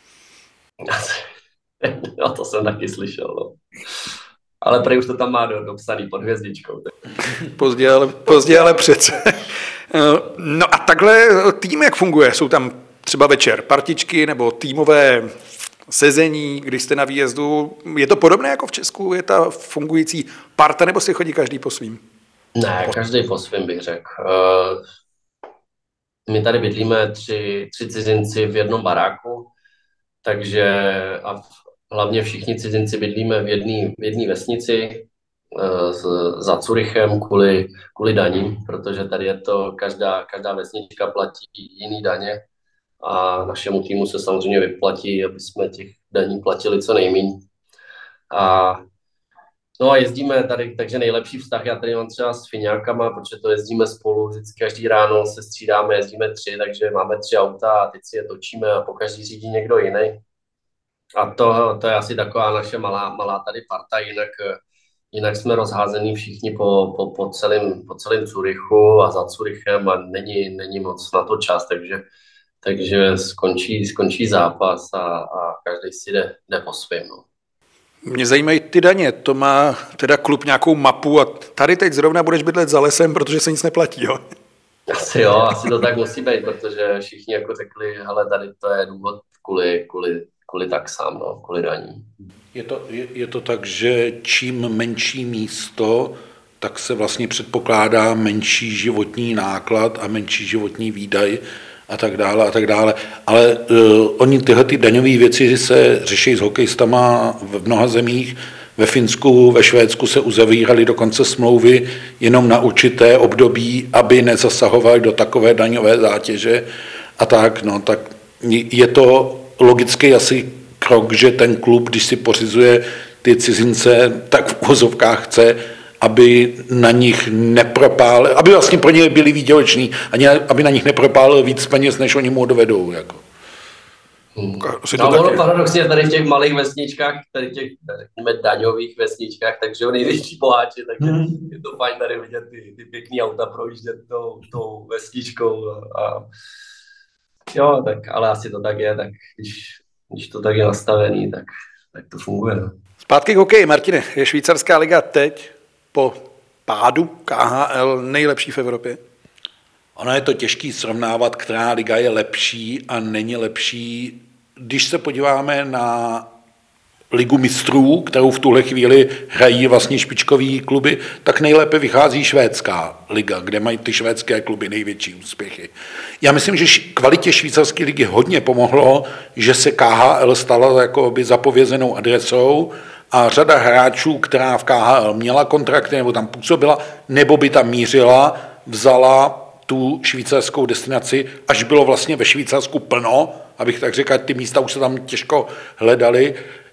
No, to jsem taky slyšel, no. Ale prej už to tam má dopsaný pod hvězdičkou. Pozdě, ale, pozdě, ale přece. No a takhle tým, jak funguje? Jsou tam třeba večer partičky nebo týmové sezení, když jste na výjezdu. Je to podobné jako v Česku? Je ta fungující parta, nebo si chodí každý po svým? Ne, každý po svým bych řekl. My tady bydlíme tři, tři cizinci v jednom baráku, takže a hlavně všichni cizinci bydlíme v jedné v jedné vesnici z, za Curychem kvůli, kvůli daním, protože tady je to, každá, každá vesnička platí jiný daně a našemu týmu se samozřejmě vyplatí, aby jsme těch daní platili co nejméně. A no a jezdíme tady, takže nejlepší vztah já tady mám třeba s Fiňákama, protože to jezdíme spolu, vždycky každý ráno se střídáme, jezdíme tři, takže máme tři auta a teď si je točíme a pokaždý řídí někdo jiný. A to, to je asi taková naše malá, malá tady parta, jinak, jinak jsme rozházení všichni po, po, po, celém, po celém Curychu a za Curychem a není, není moc na to čas, takže, takže skončí, skončí zápas a, a každý si jde, jde po svém. No. Mě zajímají ty daně, to má teda klub nějakou mapu a tady teď zrovna budeš bydlet za lesem, protože se nic neplatí, jo? Asi jo, asi to tak musí být, protože všichni jako řekli, hele, tady to je důvod kvůli, kvůli, kvůli tak sám, no, kvůli daní. Je to, je, je to tak, že čím menší místo, tak se vlastně předpokládá menší životní náklad a menší životní výdaj a tak dále a tak dále. Ale uh, oni tyhle ty daňové věci se řeší s hokejistama v mnoha zemích. Ve Finsku, ve Švédsku se uzavíraly dokonce smlouvy jenom na určité období, aby nezasahovali do takové daňové zátěže a tak. No, tak je to logicky asi krok, že ten klub, když si pořizuje ty cizince, tak v uvozovkách chce, aby na nich nepropálil, aby vlastně pro ně byli výděleční, aby na nich nepropálil víc peněz, než oni mu dovedou. Jako. Hmm. No, ono paradoxně tady v těch malých vesničkách, tady v těch, řekněme, daňových vesničkách, takže o největší boháči, takže hmm. je to fajn tady vidět ty, ty pěkný auta projíždět tou, tou vesničkou a, a jo, tak, ale asi to tak je, tak když když to tak je nastavený, tak, tak to funguje. No. Zpátky k hokeji, Martine, je švýcarská liga teď po pádu K H L nejlepší v Evropě? Ono je to těžký srovnávat, která liga je lepší a není lepší. Když se podíváme na Ligu mistrů, kterou v tuhle chvíli hrají vlastně špičkový kluby, tak nejlépe vychází švédská liga, kde mají ty švédské kluby největší úspěchy. Já myslím, že kvalitě švýcarské ligy hodně pomohlo, že se K H L stala jakoby zapovězenou adresou a řada hráčů, která v K H L měla kontrakty nebo tam působila, nebo by tam mířila, vzala tu švýcarskou destinaci, až bylo vlastně ve Švýcarsku plno, abych tak řekl, ty místa už se tam těžko hledali.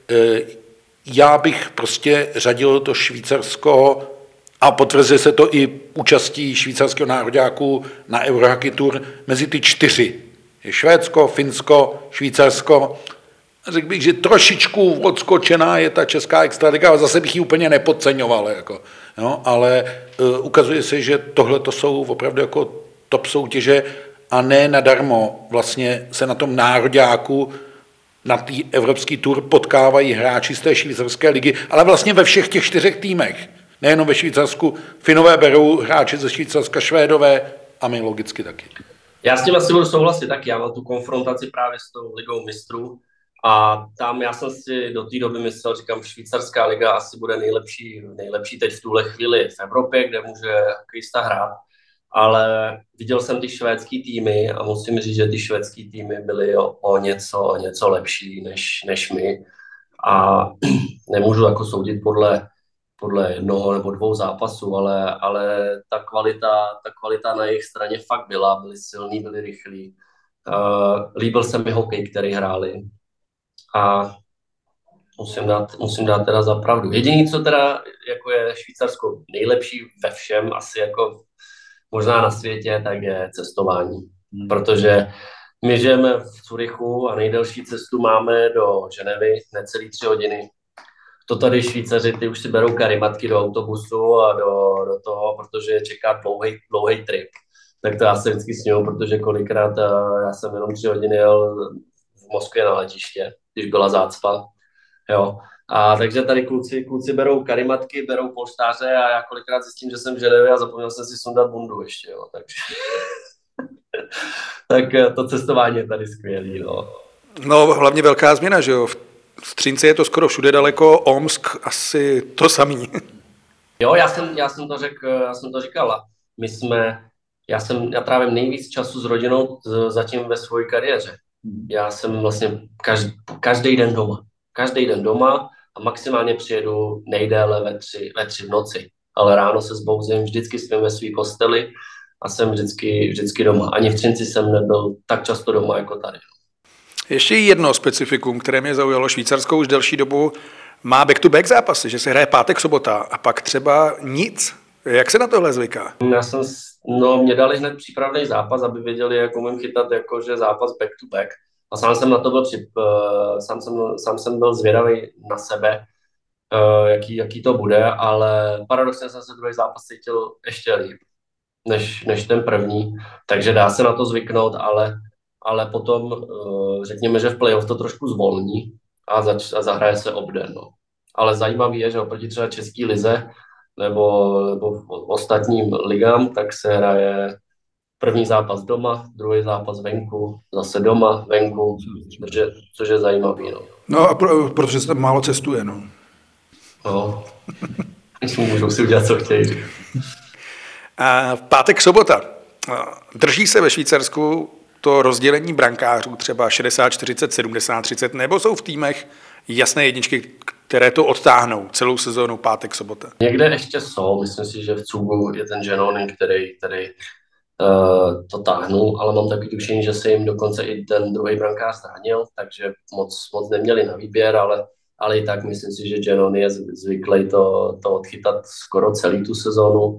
Já bych prostě řadil to Švýcarsko, a potvrzuje se to i účastí švýcarského nároďáku na Eurohockey Tour, mezi ty čtyři. Je Švédsko, Finsko, Švýcarsko. Řekl bych, že trošičku odskočená je ta česká extraliga, ale zase bych ji úplně nepodceňoval. Jako, no, ale uh, ukazuje se, že tohle to jsou opravdu jako top soutěže a ne nadarmo vlastně se na tom nároďáku na té Evropský tour potkávají hráči z té švýcarské ligy, ale vlastně ve všech těch čtyřech týmech. Nejenom ve Švýcarsku. Finové berou hráči ze Švýcarska, Švédové a my logicky taky. Já s tím asi budu souhlasit taky. Já mám tu konfrontaci právě s tou ligou mistrů a tam já jsem si do té doby myslel, říkám, švýcarská liga asi bude nejlepší, nejlepší teď v tuhle chvíli v Evropě, kde může hokejista hrát. Ale viděl jsem ty švédský týmy a musím říct, že ty švédský týmy byly o, o, něco, o něco lepší než, než my. A nemůžu jako soudit podle, podle jednoho nebo dvou zápasů, ale, ale ta, kvalita, ta kvalita na jejich straně fakt byla. Byli silní, byli rychlí. Uh, líbil se mi hokej, který hráli. A musím dát, musím dát teda za pravdu. Jediné, co teda jako je Švýcarsko nejlepší ve všem, asi jako možná na světě, tak je cestování. Hmm. Protože my žijeme v Curychu a nejdelší cestu máme do Ženevy, necelý tři hodiny. To tady Švýcaři, ty už si berou karimatky do autobusu a do, do toho, protože je čeká dlouhý, dlouhý trip. Tak to já se vždycky směju, protože kolikrát já jsem jenom tři hodiny jel v Moskvě na letiště, když byla zácpa. Jo. A takže tady kluci, kluci berou karimatky, berou polštáře a já kolikrát zjistím, že jsem v Ženevě a zapomněl jsem si sundat bundu ještě, jo, takže... tak to cestování je tady skvělý, no. No, hlavně velká změna, že jo, v Třinci je to skoro všude daleko, Omsk asi to samý. Jo, já jsem, já jsem to řekl, já jsem to říkala. My jsme, já jsem, já trávím nejvíc času s rodinou zatím ve své kariéře. Já jsem vlastně každý, každý den doma. Každý den doma a maximálně přijedu nejdéle ve tři, ve tři v noci. Ale ráno se zbouzím, vždycky spím ve své posteli a jsem vždycky, vždycky doma. Ani v Třinci jsem nebyl tak často doma jako tady. Ještě jedno specifikum, které mě zaujalo, Švýcarsko už delší dobu má back-to-back zápasy, že se hraje pátek, sobota a pak třeba nic. Jak se na tohle zvyká? Já jsem, no, mě dali hned přípravný zápas, aby věděli, jak umím chytat jakože zápas back-to-back. A sám jsem na to byl přip, sám jsem, sám jsem byl zvědavý na sebe, jaký, jaký to bude, ale paradoxně jsem se druhý zápas cítil ještě líp než, než ten první, takže dá se na to zvyknout, ale, ale potom řekněme, že v playoff to trošku zvolní a, zač, a zahraje se obden. No. Ale zajímavý je, že oproti třeba český lize nebo, nebo ostatním ligám, tak se hraje první zápas doma, druhý zápas venku, zase doma, venku, což je, což je zajímavý. No, no a pro, protože se tam málo cestuje, no. No, můžou si udělat, co chtějí. A v pátek, sobota. Drží se ve Švýcarsku to rozdělení brankářů třeba šedesát čtyřicet, sedmdesát třicet, nebo jsou v týmech jasné jedničky, které to odtáhnou celou sezónu pátek, sobota? Někde ještě jsou, myslím si, že v Cugu je ten Ženonin, který, který Uh, to táhnu, ale mám takový tušení, že se jim dokonce i ten druhý brankář zranil, takže moc, moc neměli na výběr, ale, ale i tak myslím si, že Giannone je zvyklý to, to odchytat skoro celý tu sezónu.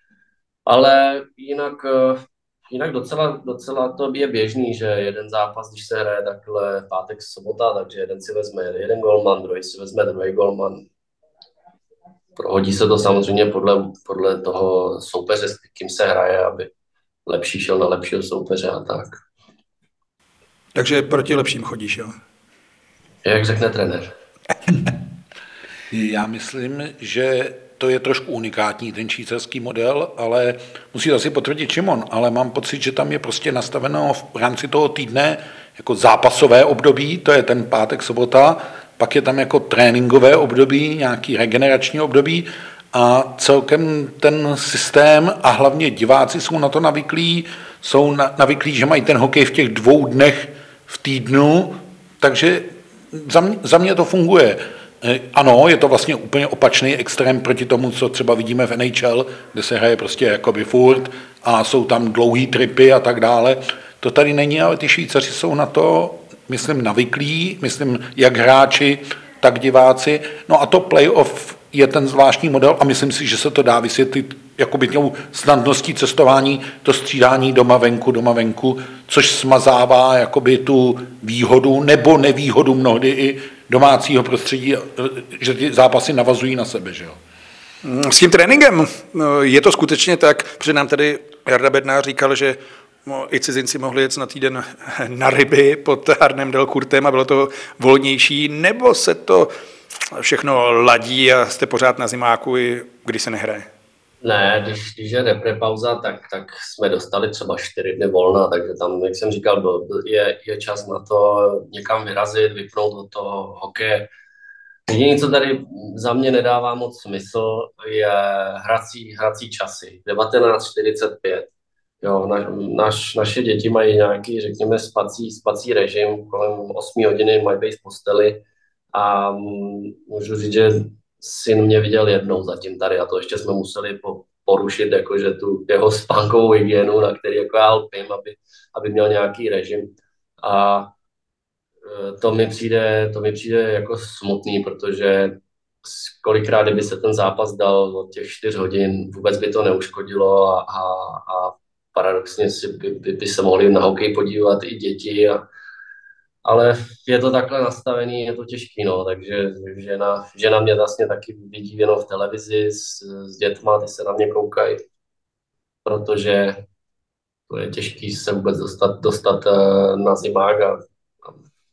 Ale jinak, uh, jinak docela, docela to je běžný, že jeden zápas, když se hraje takhle pátek, sobota, takže jeden si vezme jeden golman, druhý si vezme druhý golman. Prohodí se to samozřejmě podle, podle toho soupeře, s kým se hraje, aby lepší šel na lepšího soupeře a tak. Takže proti lepším chodíš, jo? Jak řekne trenér. Já myslím, že to je trošku unikátní, ten švýcarský model, ale musí to asi potvrdit Šimon, ale mám pocit, že tam je prostě nastaveno v rámci toho týdne jako zápasové období, to je ten pátek, sobota, pak je tam jako tréninkové období, nějaký regenerační období a celkem ten systém a hlavně diváci jsou na to navyklí, jsou navyklí, že mají ten hokej v těch dvou dnech v týdnu, takže za mě, za mě to funguje. Ano, je to vlastně úplně opačný extrém proti tomu, co třeba vidíme v N H L, kde se hraje prostě jakoby furt a jsou tam dlouhý tripy a tak dále. To tady není, ale ty Švýcaři jsou na to, myslím, navyklí, myslím, jak hráči, tak diváci. No a to playoff je ten zvláštní model a myslím si, že se to dá vysvětlit jakoby těm snadností cestování, to střídání doma venku, doma venku, což smazává jakoby tu výhodu nebo nevýhodu mnohdy i domácího prostředí, že ty zápasy navazují na sebe, že jo. S tím tréninkem je to skutečně tak, protože nám tady Jarda Bednář říkal, že i cizinci mohli jet na týden na ryby pod Arnem Delcourtem a bylo to volnější, nebo se to všechno ladí a jste pořád na zimáku, i když se nehraje? Ne, když, když je repre pauza, tak, tak jsme dostali třeba čtyři dny volna, takže tam, jak jsem říkal, je, je čas na to někam vyrazit, vypnout od toho hokeje. Jediné, co tady za mě nedává moc smysl, je hrací, hrací časy. devatenáct čtyřicet pět. Jo, na, naš, naše děti mají nějaký, řekněme, spací, spací režim, kolem osm hodiny mají být v posteli a můžu říct, že syn mě viděl jednou zatím tady a to ještě jsme museli po, porušit jakože tu jeho spánkovou hygienu, na který jako já lpím, aby, aby měl nějaký režim. A to mi přijde, to mi přijde jako smutný, protože kolikrát, kdyby se ten zápas dal od těch čtyř hodin, vůbec by to neuškodilo a, a, a paradoxně si by, by, by se mohli na hokej podívat i děti. A, ale je to takhle nastavený, je to těžký, no, takže žena, žena mě vlastně taky vidí jenom v televizi s, s dětma, ty se na mě koukají, protože to je těžký se vůbec dostat, dostat na zimák a, a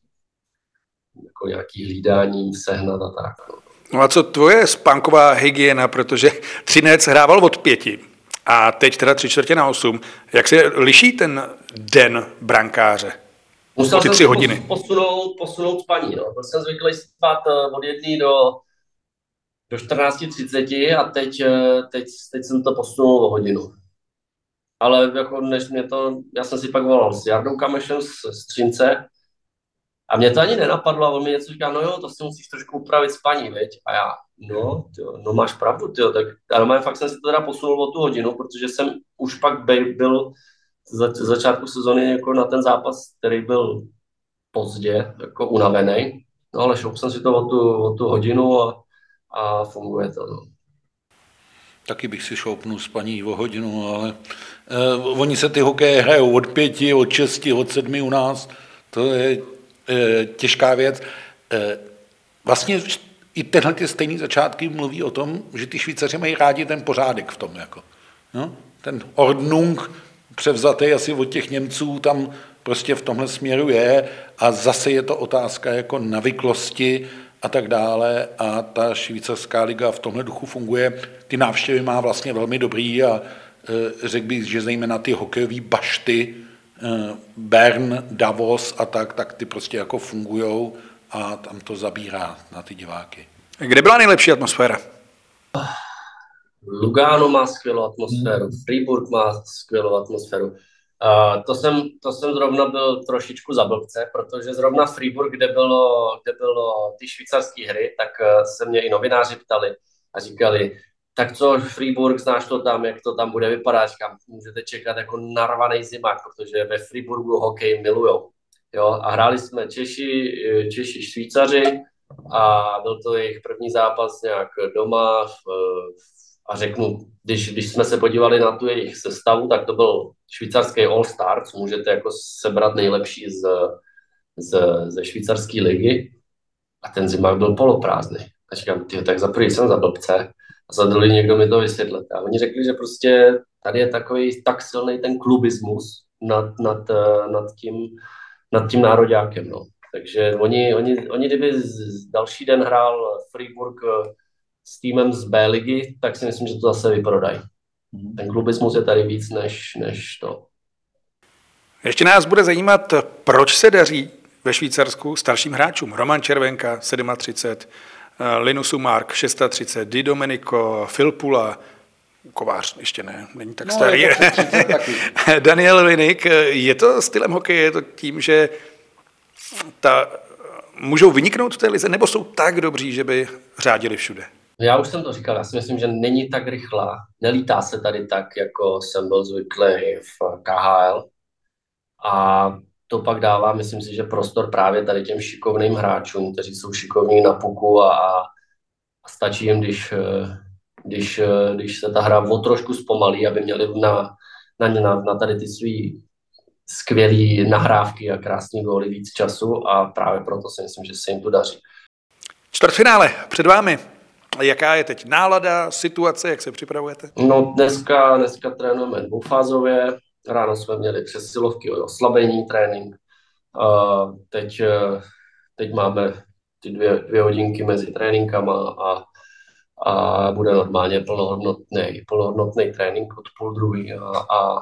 jako nějaký hlídání, sehnat a tak. No. No a co tvoje spánková hygiena, protože Třinec hrával od pěti a teď teda tři čtvrtě na osm. Jak se liší ten den brankáře? Musel ty jsem tři hodiny. Posunout, posunout spaní. No. Byl jsem zvyklý spát od jedné do, do čtrnáct třicet a teď, teď, teď jsem to posunul o hodinu. Ale jako než mě to, já jsem si pak volal s Jardou Kamešem z, z Třince a mě to ani nenapadlo a on mi něco říká, no jo, to si musíš trošku upravit spaní, veď? A já, no, tyjo, no máš pravdu, tyjo, tak ale fakt jsem si to teda posunul o tu hodinu, protože jsem už pak byl za začátku sezony jako na ten zápas, který byl pozdě, jako unavený. No ale šoupl jsem si to o tu, o tu hodinu a, a funguje to. No. Taky bych si šoupnul spaní o hodinu, ale eh, oni se ty hokeje hrajou od pěti, od šesti, od sedmi u nás. To je eh, těžká věc. Eh, vlastně i tenhle ty stejný začátky mluví o tom, že ty Švýcaři mají rádi ten pořádek v tom. Jako. No? Ten Ordnung převzatý asi od těch Němců tam prostě v tomhle směru je a zase je to otázka jako navyklosti a tak dále a ta švýcarská liga v tomhle duchu funguje. Ty návštěvy má vlastně velmi dobrý a e, řekl bych, že zejména ty hokejové bašty, e, Bern, Davos a tak, tak ty prostě jako fungujou a tam to zabírá na ty diváky. Kde byla nejlepší atmosféra? Lugano má skvělou atmosféru, Fribourg má skvělou atmosféru. Uh, to, jsem, to jsem zrovna byl trošičku za blbce, protože zrovna Fribourg, kde bylo, kde bylo ty švýcarské hry, tak uh, se mě i novináři ptali a říkali, tak co Fribourg, znáš to tam, jak to tam bude vypadat, říkám, můžete čekat jako narvaný zimák, protože ve Fribourgu hokej milujou. Jo? A hráli jsme Češi, Češi, Švýcaři a byl to jejich první zápas nějak doma v, v a řeknu, když, když jsme se podívali na tu jejich sestavu, tak to byl švýcarský All-Star, co můžete jako sebrat nejlepší z, z, ze švýcarské ligy. A ten zimák byl poloprázdný. A říkám, tyjo, tak za prvý jsem za blbce a za druhý někdo mi to vysvětlil. A oni řekli, že prostě tady je takový tak silný ten klubismus nad, nad, nad, tím, nad tím nároďákem. No. Takže oni, oni, oni kdyby z, další den hrál Freiburg s týmem z B ligy, tak si myslím, že to zase vyprodají. Ten klubismus je tady víc než, než to. Ještě nás bude zajímat, proč se daří ve Švýcarsku starším hráčům. Roman Červenka, třicet sedm, Linus Umark, třicet šest, Di Domenico, Filppula, Kovář ještě ne, není tak no, starý. Daniel Vinik. Je to stylem hokeje, je to tím, že ta, můžou vyniknout v té lize, nebo jsou tak dobří, že by řádili všude? Já už jsem to říkal, já si myslím, že není tak rychlá. Nelítá se tady tak, jako jsem byl zvyklý v K H L. A to pak dává, myslím si, že prostor právě tady těm šikovným hráčům, kteří jsou šikovní na puku a, a stačí jim, když, když, když se ta hra o trošku zpomalí, aby měli na, na, na, na tady ty svý skvělý nahrávky a krásný góly víc času a právě proto si myslím, že se jim to daří. Čtvrtfinále před vámi. Jaká je teď nálada, situace, jak se připravujete? No dneska, dneska trénujeme dvoufázově. Ráno jsme měli přesilovky o oslabení trénink. Uh, teď, teď máme ty dvě, dvě hodinky mezi tréninkama a, a bude normálně plnohodnotný, plnohodnotný trénink od půl druhý. A, a,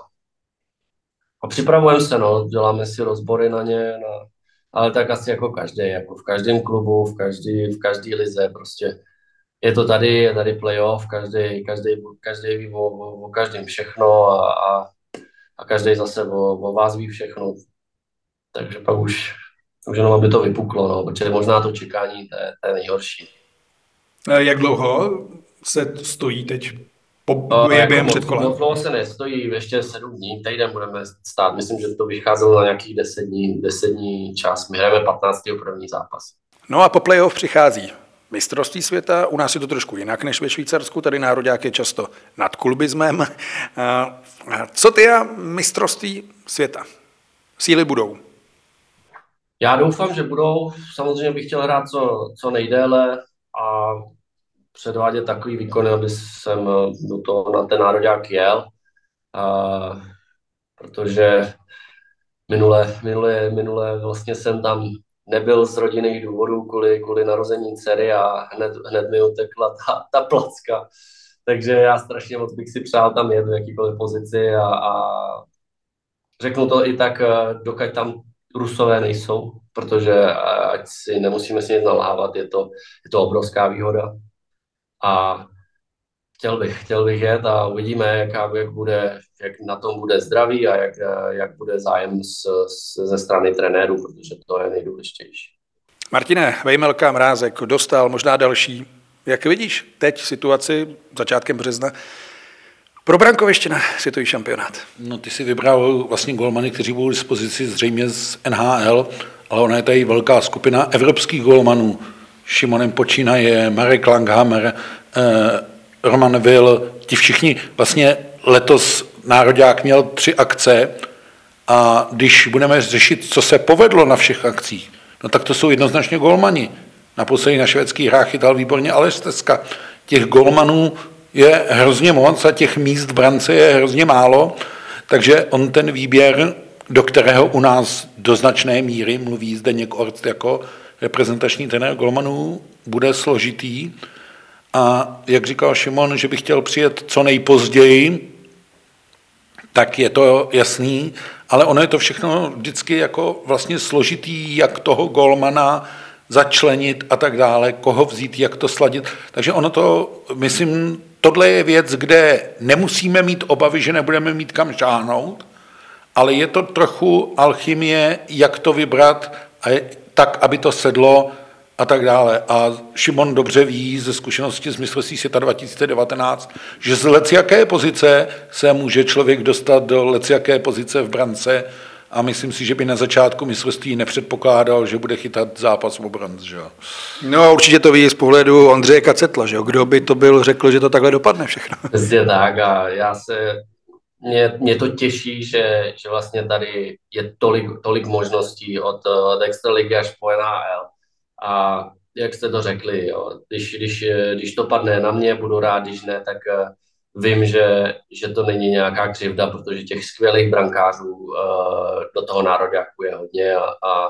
a připravujeme se, no, děláme si rozbory na ně, na, ale tak asi jako každý, jako v každém klubu, v každý, v každý lize, prostě je to tady, je tady playoff, každý, každý, každý ví o, o, o každém všechno a, a a každý zase o, o vás ví všechno. Takže pak už, už jenom aby to vypuklo, no, protože možná to čekání, to je, to je nejhorší. Jak dlouho se stojí teď po no, během před kolem? Moc dlouho se nestojí, ještě sedm dní, týden budeme stát. Myslím, že to vycházelo na nějakých deset dní, deset dní čas. My hrajeme patnáctého první zápas. No a po playoff přichází mistrovství světa, u nás je to trošku jinak než ve Švýcarsku, tady nároďák je často nad klubismem. Co ty a mistrovství světa? Síly budou? Já doufám, že budou. Samozřejmě bych chtěl hrát co, co nejdéle a předvádět takový výkon, aby jsem do toho na ten nároďák jel. A, protože minule, minule, minule vlastně jsem tam nebyl z rodinných důvodů kvůli, kvůli narození dcery a hned, hned mi utekla ta, ta placka. Takže já strašně moc bych si přál tam jet v jakýkoliv pozici a, a řeknu to i tak, dokud tam Rusové nejsou, protože ať si nemusíme si nic nalhávat, je to, je to obrovská výhoda. A chtěl bych, chtěl bych jet a uvidíme, jak, jak, bude, jak na tom bude zdraví a jak, jak bude zájem z, z, ze strany trenérů, protože to je nejdůležitější. Martine, Vejmelka, Mrázek dostal, možná další. Jak vidíš teď situaci začátkem března pro brankoviště na světový šampionát? No ty si vybral vlastně golmany, kteří budou k dispozici zřejmě z N H L, ale ona je tady velká skupina evropských golmanů. Šimonem počínaje, Marek Langhammer, eh, Roman Will, ti všichni, vlastně letos nároďák měl tři akce a když budeme řešit, co se povedlo na všech akcích, no tak to jsou jednoznačně golmani. Naposledy na švédských hrách chytal výborně Aleš Stezka. Těch golmanů je hrozně moc a těch míst v brance je hrozně málo, takže on ten výběr, do kterého u nás do značné míry mluví Zdeněk Orc jako reprezentační trenér golmanů, bude složitý. A jak říkal Šimon, že by chtěl přijet co nejpozději, tak je to jasný, ale ono je to všechno vždycky jako vlastně složitý, jak toho golmana začlenit a tak dále, koho vzít, jak to sladit. Takže ono to, myslím, tohle je věc, kde nemusíme mít obavy, že nebudeme mít kam šáhnout, ale je to trochu alchymie, jak to vybrat a tak, aby to sedlo a tak dále. A Šimon dobře ví ze zkušenosti z mistrovství světa dva tisíce devatenáct, že z lecijaké pozice se může člověk dostat do lecijaké pozice v brance a myslím si, že by na začátku mistrovství nepředpokládal, že bude chytat zápas o bronz. Že? No určitě to ví z pohledu Ondřeje Kacetla, že? Kdo by to byl řekl, že to takhle dopadne všechno. Přesně tak a já se, mě, mě to těší, že, že vlastně tady je tolik, tolik možností od, od extraligy až po N H L. A jak jste to řekli, jo, když, když, když to padne na mě, budu rád, když ne, tak vím, že, že to není nějaká křivda, protože těch skvělých brankářů uh, do toho nároďáku je hodně a, a,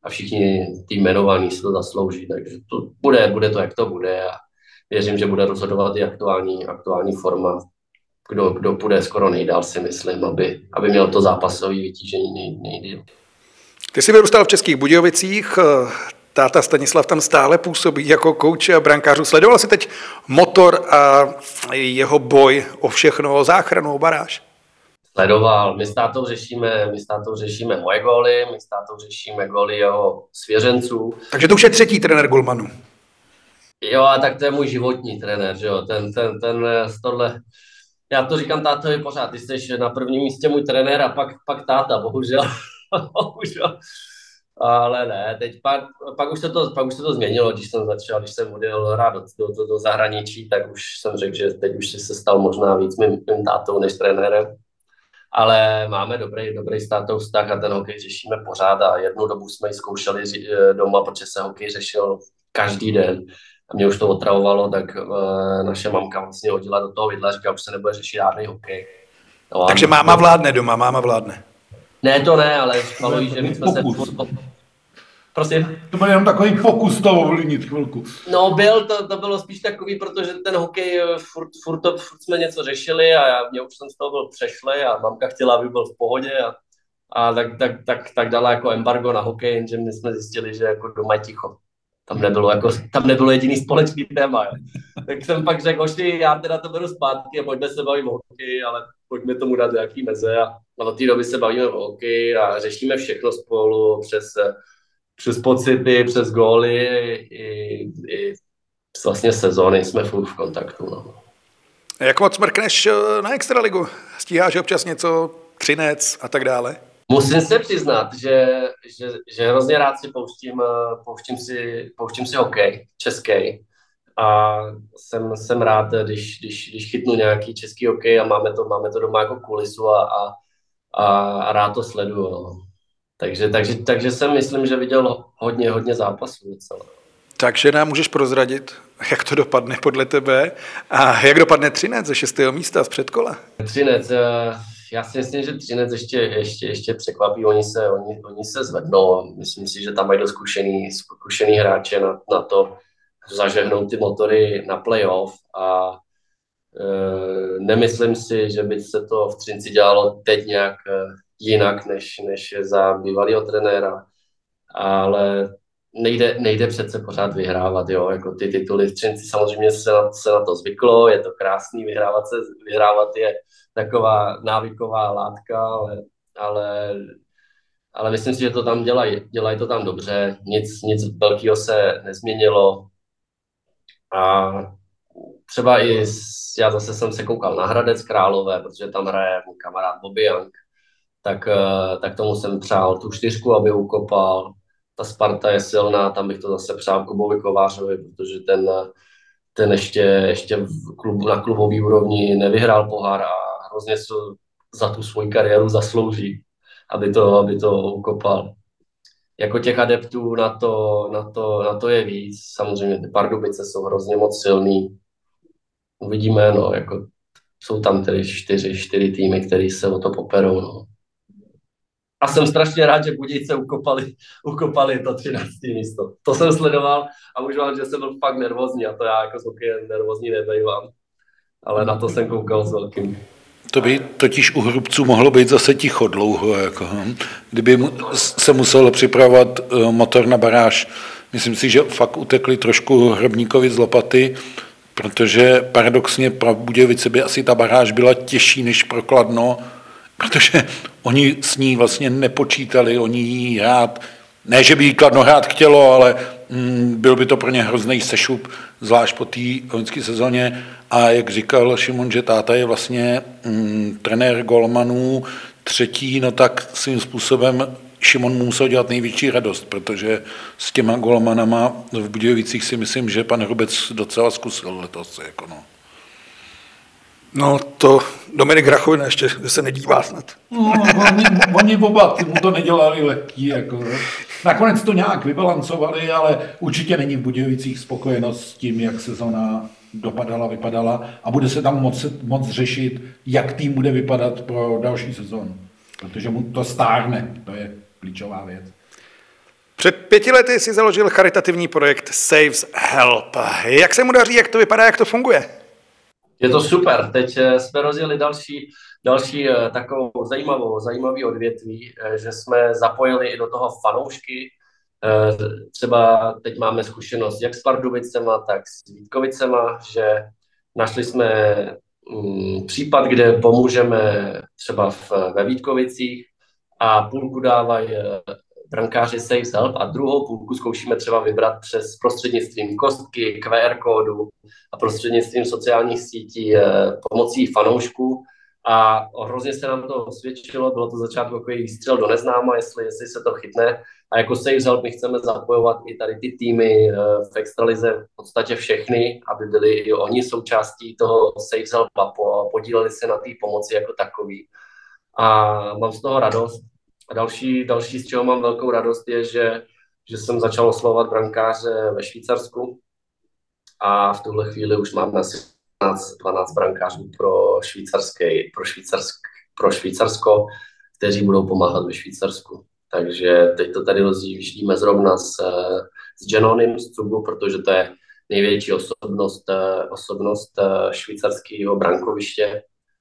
a všichni ty jmenovaní si to zaslouží, takže to bude, bude to, jak to bude a věřím, že bude rozhodovat i aktuální, aktuální forma, kdo, kdo půjde skoro nejdál, si myslím, aby, aby měl to zápasové vytížení nej, nejdýl. Ty jsi vyrůstal v Českých Budějovicích, táta Stanislav tam stále působí jako kouč brankářů. Sledoval jsi teď Motor a jeho boj o všechno, o záchranu, o baráž? Sledoval. My s tátou řešíme, my s tátou řešíme moje góly, my s tátou řešíme góly jeho svěřenců. Takže to už je třetí trenér golmanů. Jo, a tak to je můj životní trenér, že jo, ten, ten, ten, tohle, já to říkám tátovi pořád, ty jsi na prvním místě můj trenér a pak, pak táta, bohužel, bohužel. Ale ne, teď pak, pak, už se to, pak už se to změnilo, když jsem začal, když jsem odjel hrát do, do, do zahraničí, tak už jsem řekl, že teď už se stal možná víc mým, mým tátou než trenérem. Ale máme dobrý, dobrý s tátou vztah a ten hokej řešíme pořád a jednu dobu jsme ji zkoušeli doma, protože se hokej řešil každý den. A mě už to otravovalo, tak uh, naše mamka vlastně hodila do toho vidla, říká, už se nebude řešit žádný hokej. No, takže máma vládne doma, máma vládne. Ne, to ne, ale říkalo jí, že my jsme se... Prosím? To byl jenom takový pokus to ovlivnit chvilku. No byl, to, to bylo spíš takový, protože ten hokej, furt, furt, to, furt jsme něco řešili a já, mě už jsem z toho byl přešlej a mamka chtěla, aby byl v pohodě a, a tak, tak, tak, tak dala jako embargo na hokej, jenže my jsme zjistili, že jako doma je ticho. Tam nebylo, jako, tam nebylo jediný společný téma. Jo. Tak jsem pak řekl, hoši, já teda to beru zpátky a pojďme se bavit o hokeji, ale pojďme tomu dát nějaký meze. A, a od té doby se bavíme o hokeji a řešíme všechno spolu přes, přes pocity, přes góly i, i vlastně sezóny jsme furt v kontaktu. No. Jak moc mrkneš na extraligu? Stíháš občas něco, Třinec a tak dále? Musím se přiznat, že, že, že hrozně rád si pouštím, pouštím si, pouštím si hokej český a jsem, jsem rád, když, když, když chytnu nějaký český hokej a máme to, máme to doma jako kulisu a, a, a rád to sleduju. No. Takže, takže, takže jsem myslím, že viděl hodně, hodně zápasů docela. Takže nám můžeš prozradit, jak to dopadne podle tebe a jak dopadne Třinec ze šestého místa z předkola? Třinec, já si myslím, že Třinec ještě, ještě, ještě překvapí, oni se, oni, oni se zvednou. Myslím si, že tam mají dost zkušený, zkušený hráče na, na to zažehnout ty motory na playoff a e, nemyslím si, že by se to v Třinci dělalo teď nějak jinak, než, než za bývalého trenéra, ale nejde, nejde přece pořád vyhrávat, jo, jako ty tituly v Třinci samozřejmě se na, se na to zvyklo, je to krásný, vyhrávat, se, vyhrávat je taková návyková látka, ale, ale, ale myslím si, že to tam dělají, dělají to tam dobře, nic, nic velkého se nezměnilo a třeba i, já zase jsem se koukal na Hradec Králové, protože tam hraje můj kamarád Bobby Young, tak, tak tomu jsem přál tu čtyřku, aby ukopal. Ta Sparta je silná, tam bych to zase přál Kubovi Kovářovi, protože ten, ten ještě, ještě v klubu, na klubový úrovni nevyhrál pohár a hrozně se za tu svoji kariéru zaslouží, aby to, aby to ukopal. Jako těch adeptů na to, na to, na to je víc. Samozřejmě ty Pardubice jsou hrozně moc silný. Uvidíme, no, jako jsou tam tedy čtyři, čtyři týmy, který se o to poperou, no. A jsem strašně rád, že Budějce ukopali, ukopali to třinácté místo. To jsem sledoval a můžu vám, že jsem byl fakt nervózní a to já jako s hokejem nervózní nebejvám. Ale na to jsem koukal s velkým. To by totiž u Hrubců mohlo být zase ticho dlouho. Jako, kdyby se musel připravovat motor na baráž. Myslím si, že fakt utekli trošku Hrobníkovi z lopaty, protože paradoxně pro Budějovice by asi ta baráž byla těžší než pro Kladno, protože oni s ní vlastně nepočítali, oni jí hrát, ne, že by jí Kladno hrát chtělo, ale mm, byl by to pro ně hrozný sešup, zvlášť po té loňské sezóně. A jak říkal Šimon, že táta je vlastně mm, trenér golmanů třetí, no tak svým způsobem Šimon mu musel dělat největší radost, protože s těma golmanama v Budějovicích si myslím, že pan Hrubec docela zkusil letos. Jako no. No to Dominik Rachovina ještě se nedívá snad. No, oni, oni oba mu to nedělali lehký. Jako. Nakonec to nějak vybalancovali, ale určitě není v Budějovicích spokojenost s tím, jak sezona dopadala, vypadala a bude se tam moc, moc řešit, jak tým bude vypadat pro další sezónu. Protože mu to stárne, to je klíčová věc. Před pěti lety si založil charitativní projekt Saves Help. Jak se mu daří, jak to vypadá, jak to funguje? Je to super. Teď jsme rozjeli další, další takovou zajímavou, zajímavý odvětví, že jsme zapojili i do toho fanoušky. Třeba teď máme zkušenost jak s Pardubicema, tak s Vítkovicema, že našli jsme případ, kde pomůžeme třeba v, ve Vítkovicích a půlku dávají brankáři Saves Help a druhou půlku zkoušíme třeba vybrat přes prostřednictvím kostky, Q R kódu a prostřednictvím sociálních sítí pomocí fanoušků. A hrozně se nám to osvědčilo, bylo to začátku takový výstřel do neznáma, jestli, jestli se to chytne. A jako Saves Help my chceme zapojovat i tady ty týmy v extralize v podstatě všechny, aby byli i oni součástí toho Saves Help a podíleli se na té pomoci jako takový. A mám z toho radost. A další, další, z čeho mám velkou radost, je, že, že jsem začal oslovovat brankáře ve Švýcarsku a v tuhle chvíli už mám asi dvanáct brankářů pro, švýcarský, pro, švýcarsk, pro Švýcarsko, kteří budou pomáhat ve Švýcarsku. Takže teď to tady rozjíždíme zrovna s, s Genonim z Cugu, protože to je největší osobnost, osobnost švýcarského brankoviště.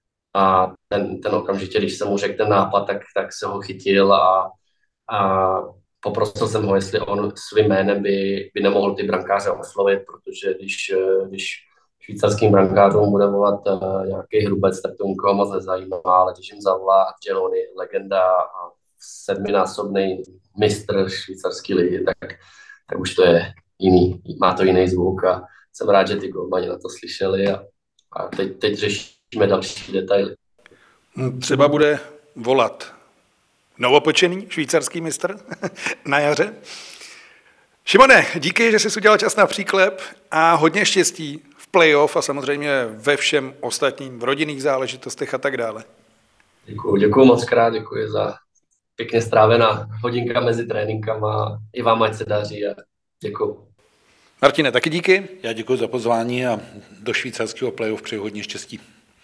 A ten, ten okamžitě, když jsem mu řekl ten nápad, tak, tak se ho chytil a, a poprosil jsem ho, jestli on svým jménem by, by nemohl ty brankáře oslovit, protože když, když švýcarským brankářům bude volat uh, nějaký Hrubec, tak to nikoho moc nezajímá, ale když jim zavolá Geloni, legenda a sedminásobný mistr švýcarské ligy, tak, tak už to je jiný, má to jiný zvuk a jsem rád, že ty golmani na to slyšeli a, a teď, teď řešíme další detaily. Třeba bude volat novopečený švýcarský mistr na jaře. Šimone, díky, že jsi udělal čas na příklep a hodně štěstí v playoff a samozřejmě ve všem ostatním, v rodinných záležitostech a tak dále. Děkuji, děkuji moc krát, děkuji za pěkně strávená hodinka mezi tréninkama. I vám ať se daří a děkuji. Martine, taky díky. Já děkuji za pozvání a do švýcarského playoff přeji hodně štěstí.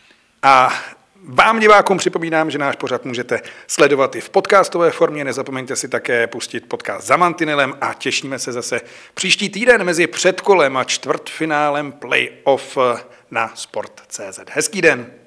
A vám divákům připomínám, že náš pořad můžete sledovat i v podcastové formě. Nezapomeňte si také pustit podcast Za mantinelem a těšíme se zase příští týden mezi předkolem a čtvrtfinálem playoff na sport tečka cé zet. Hezký den.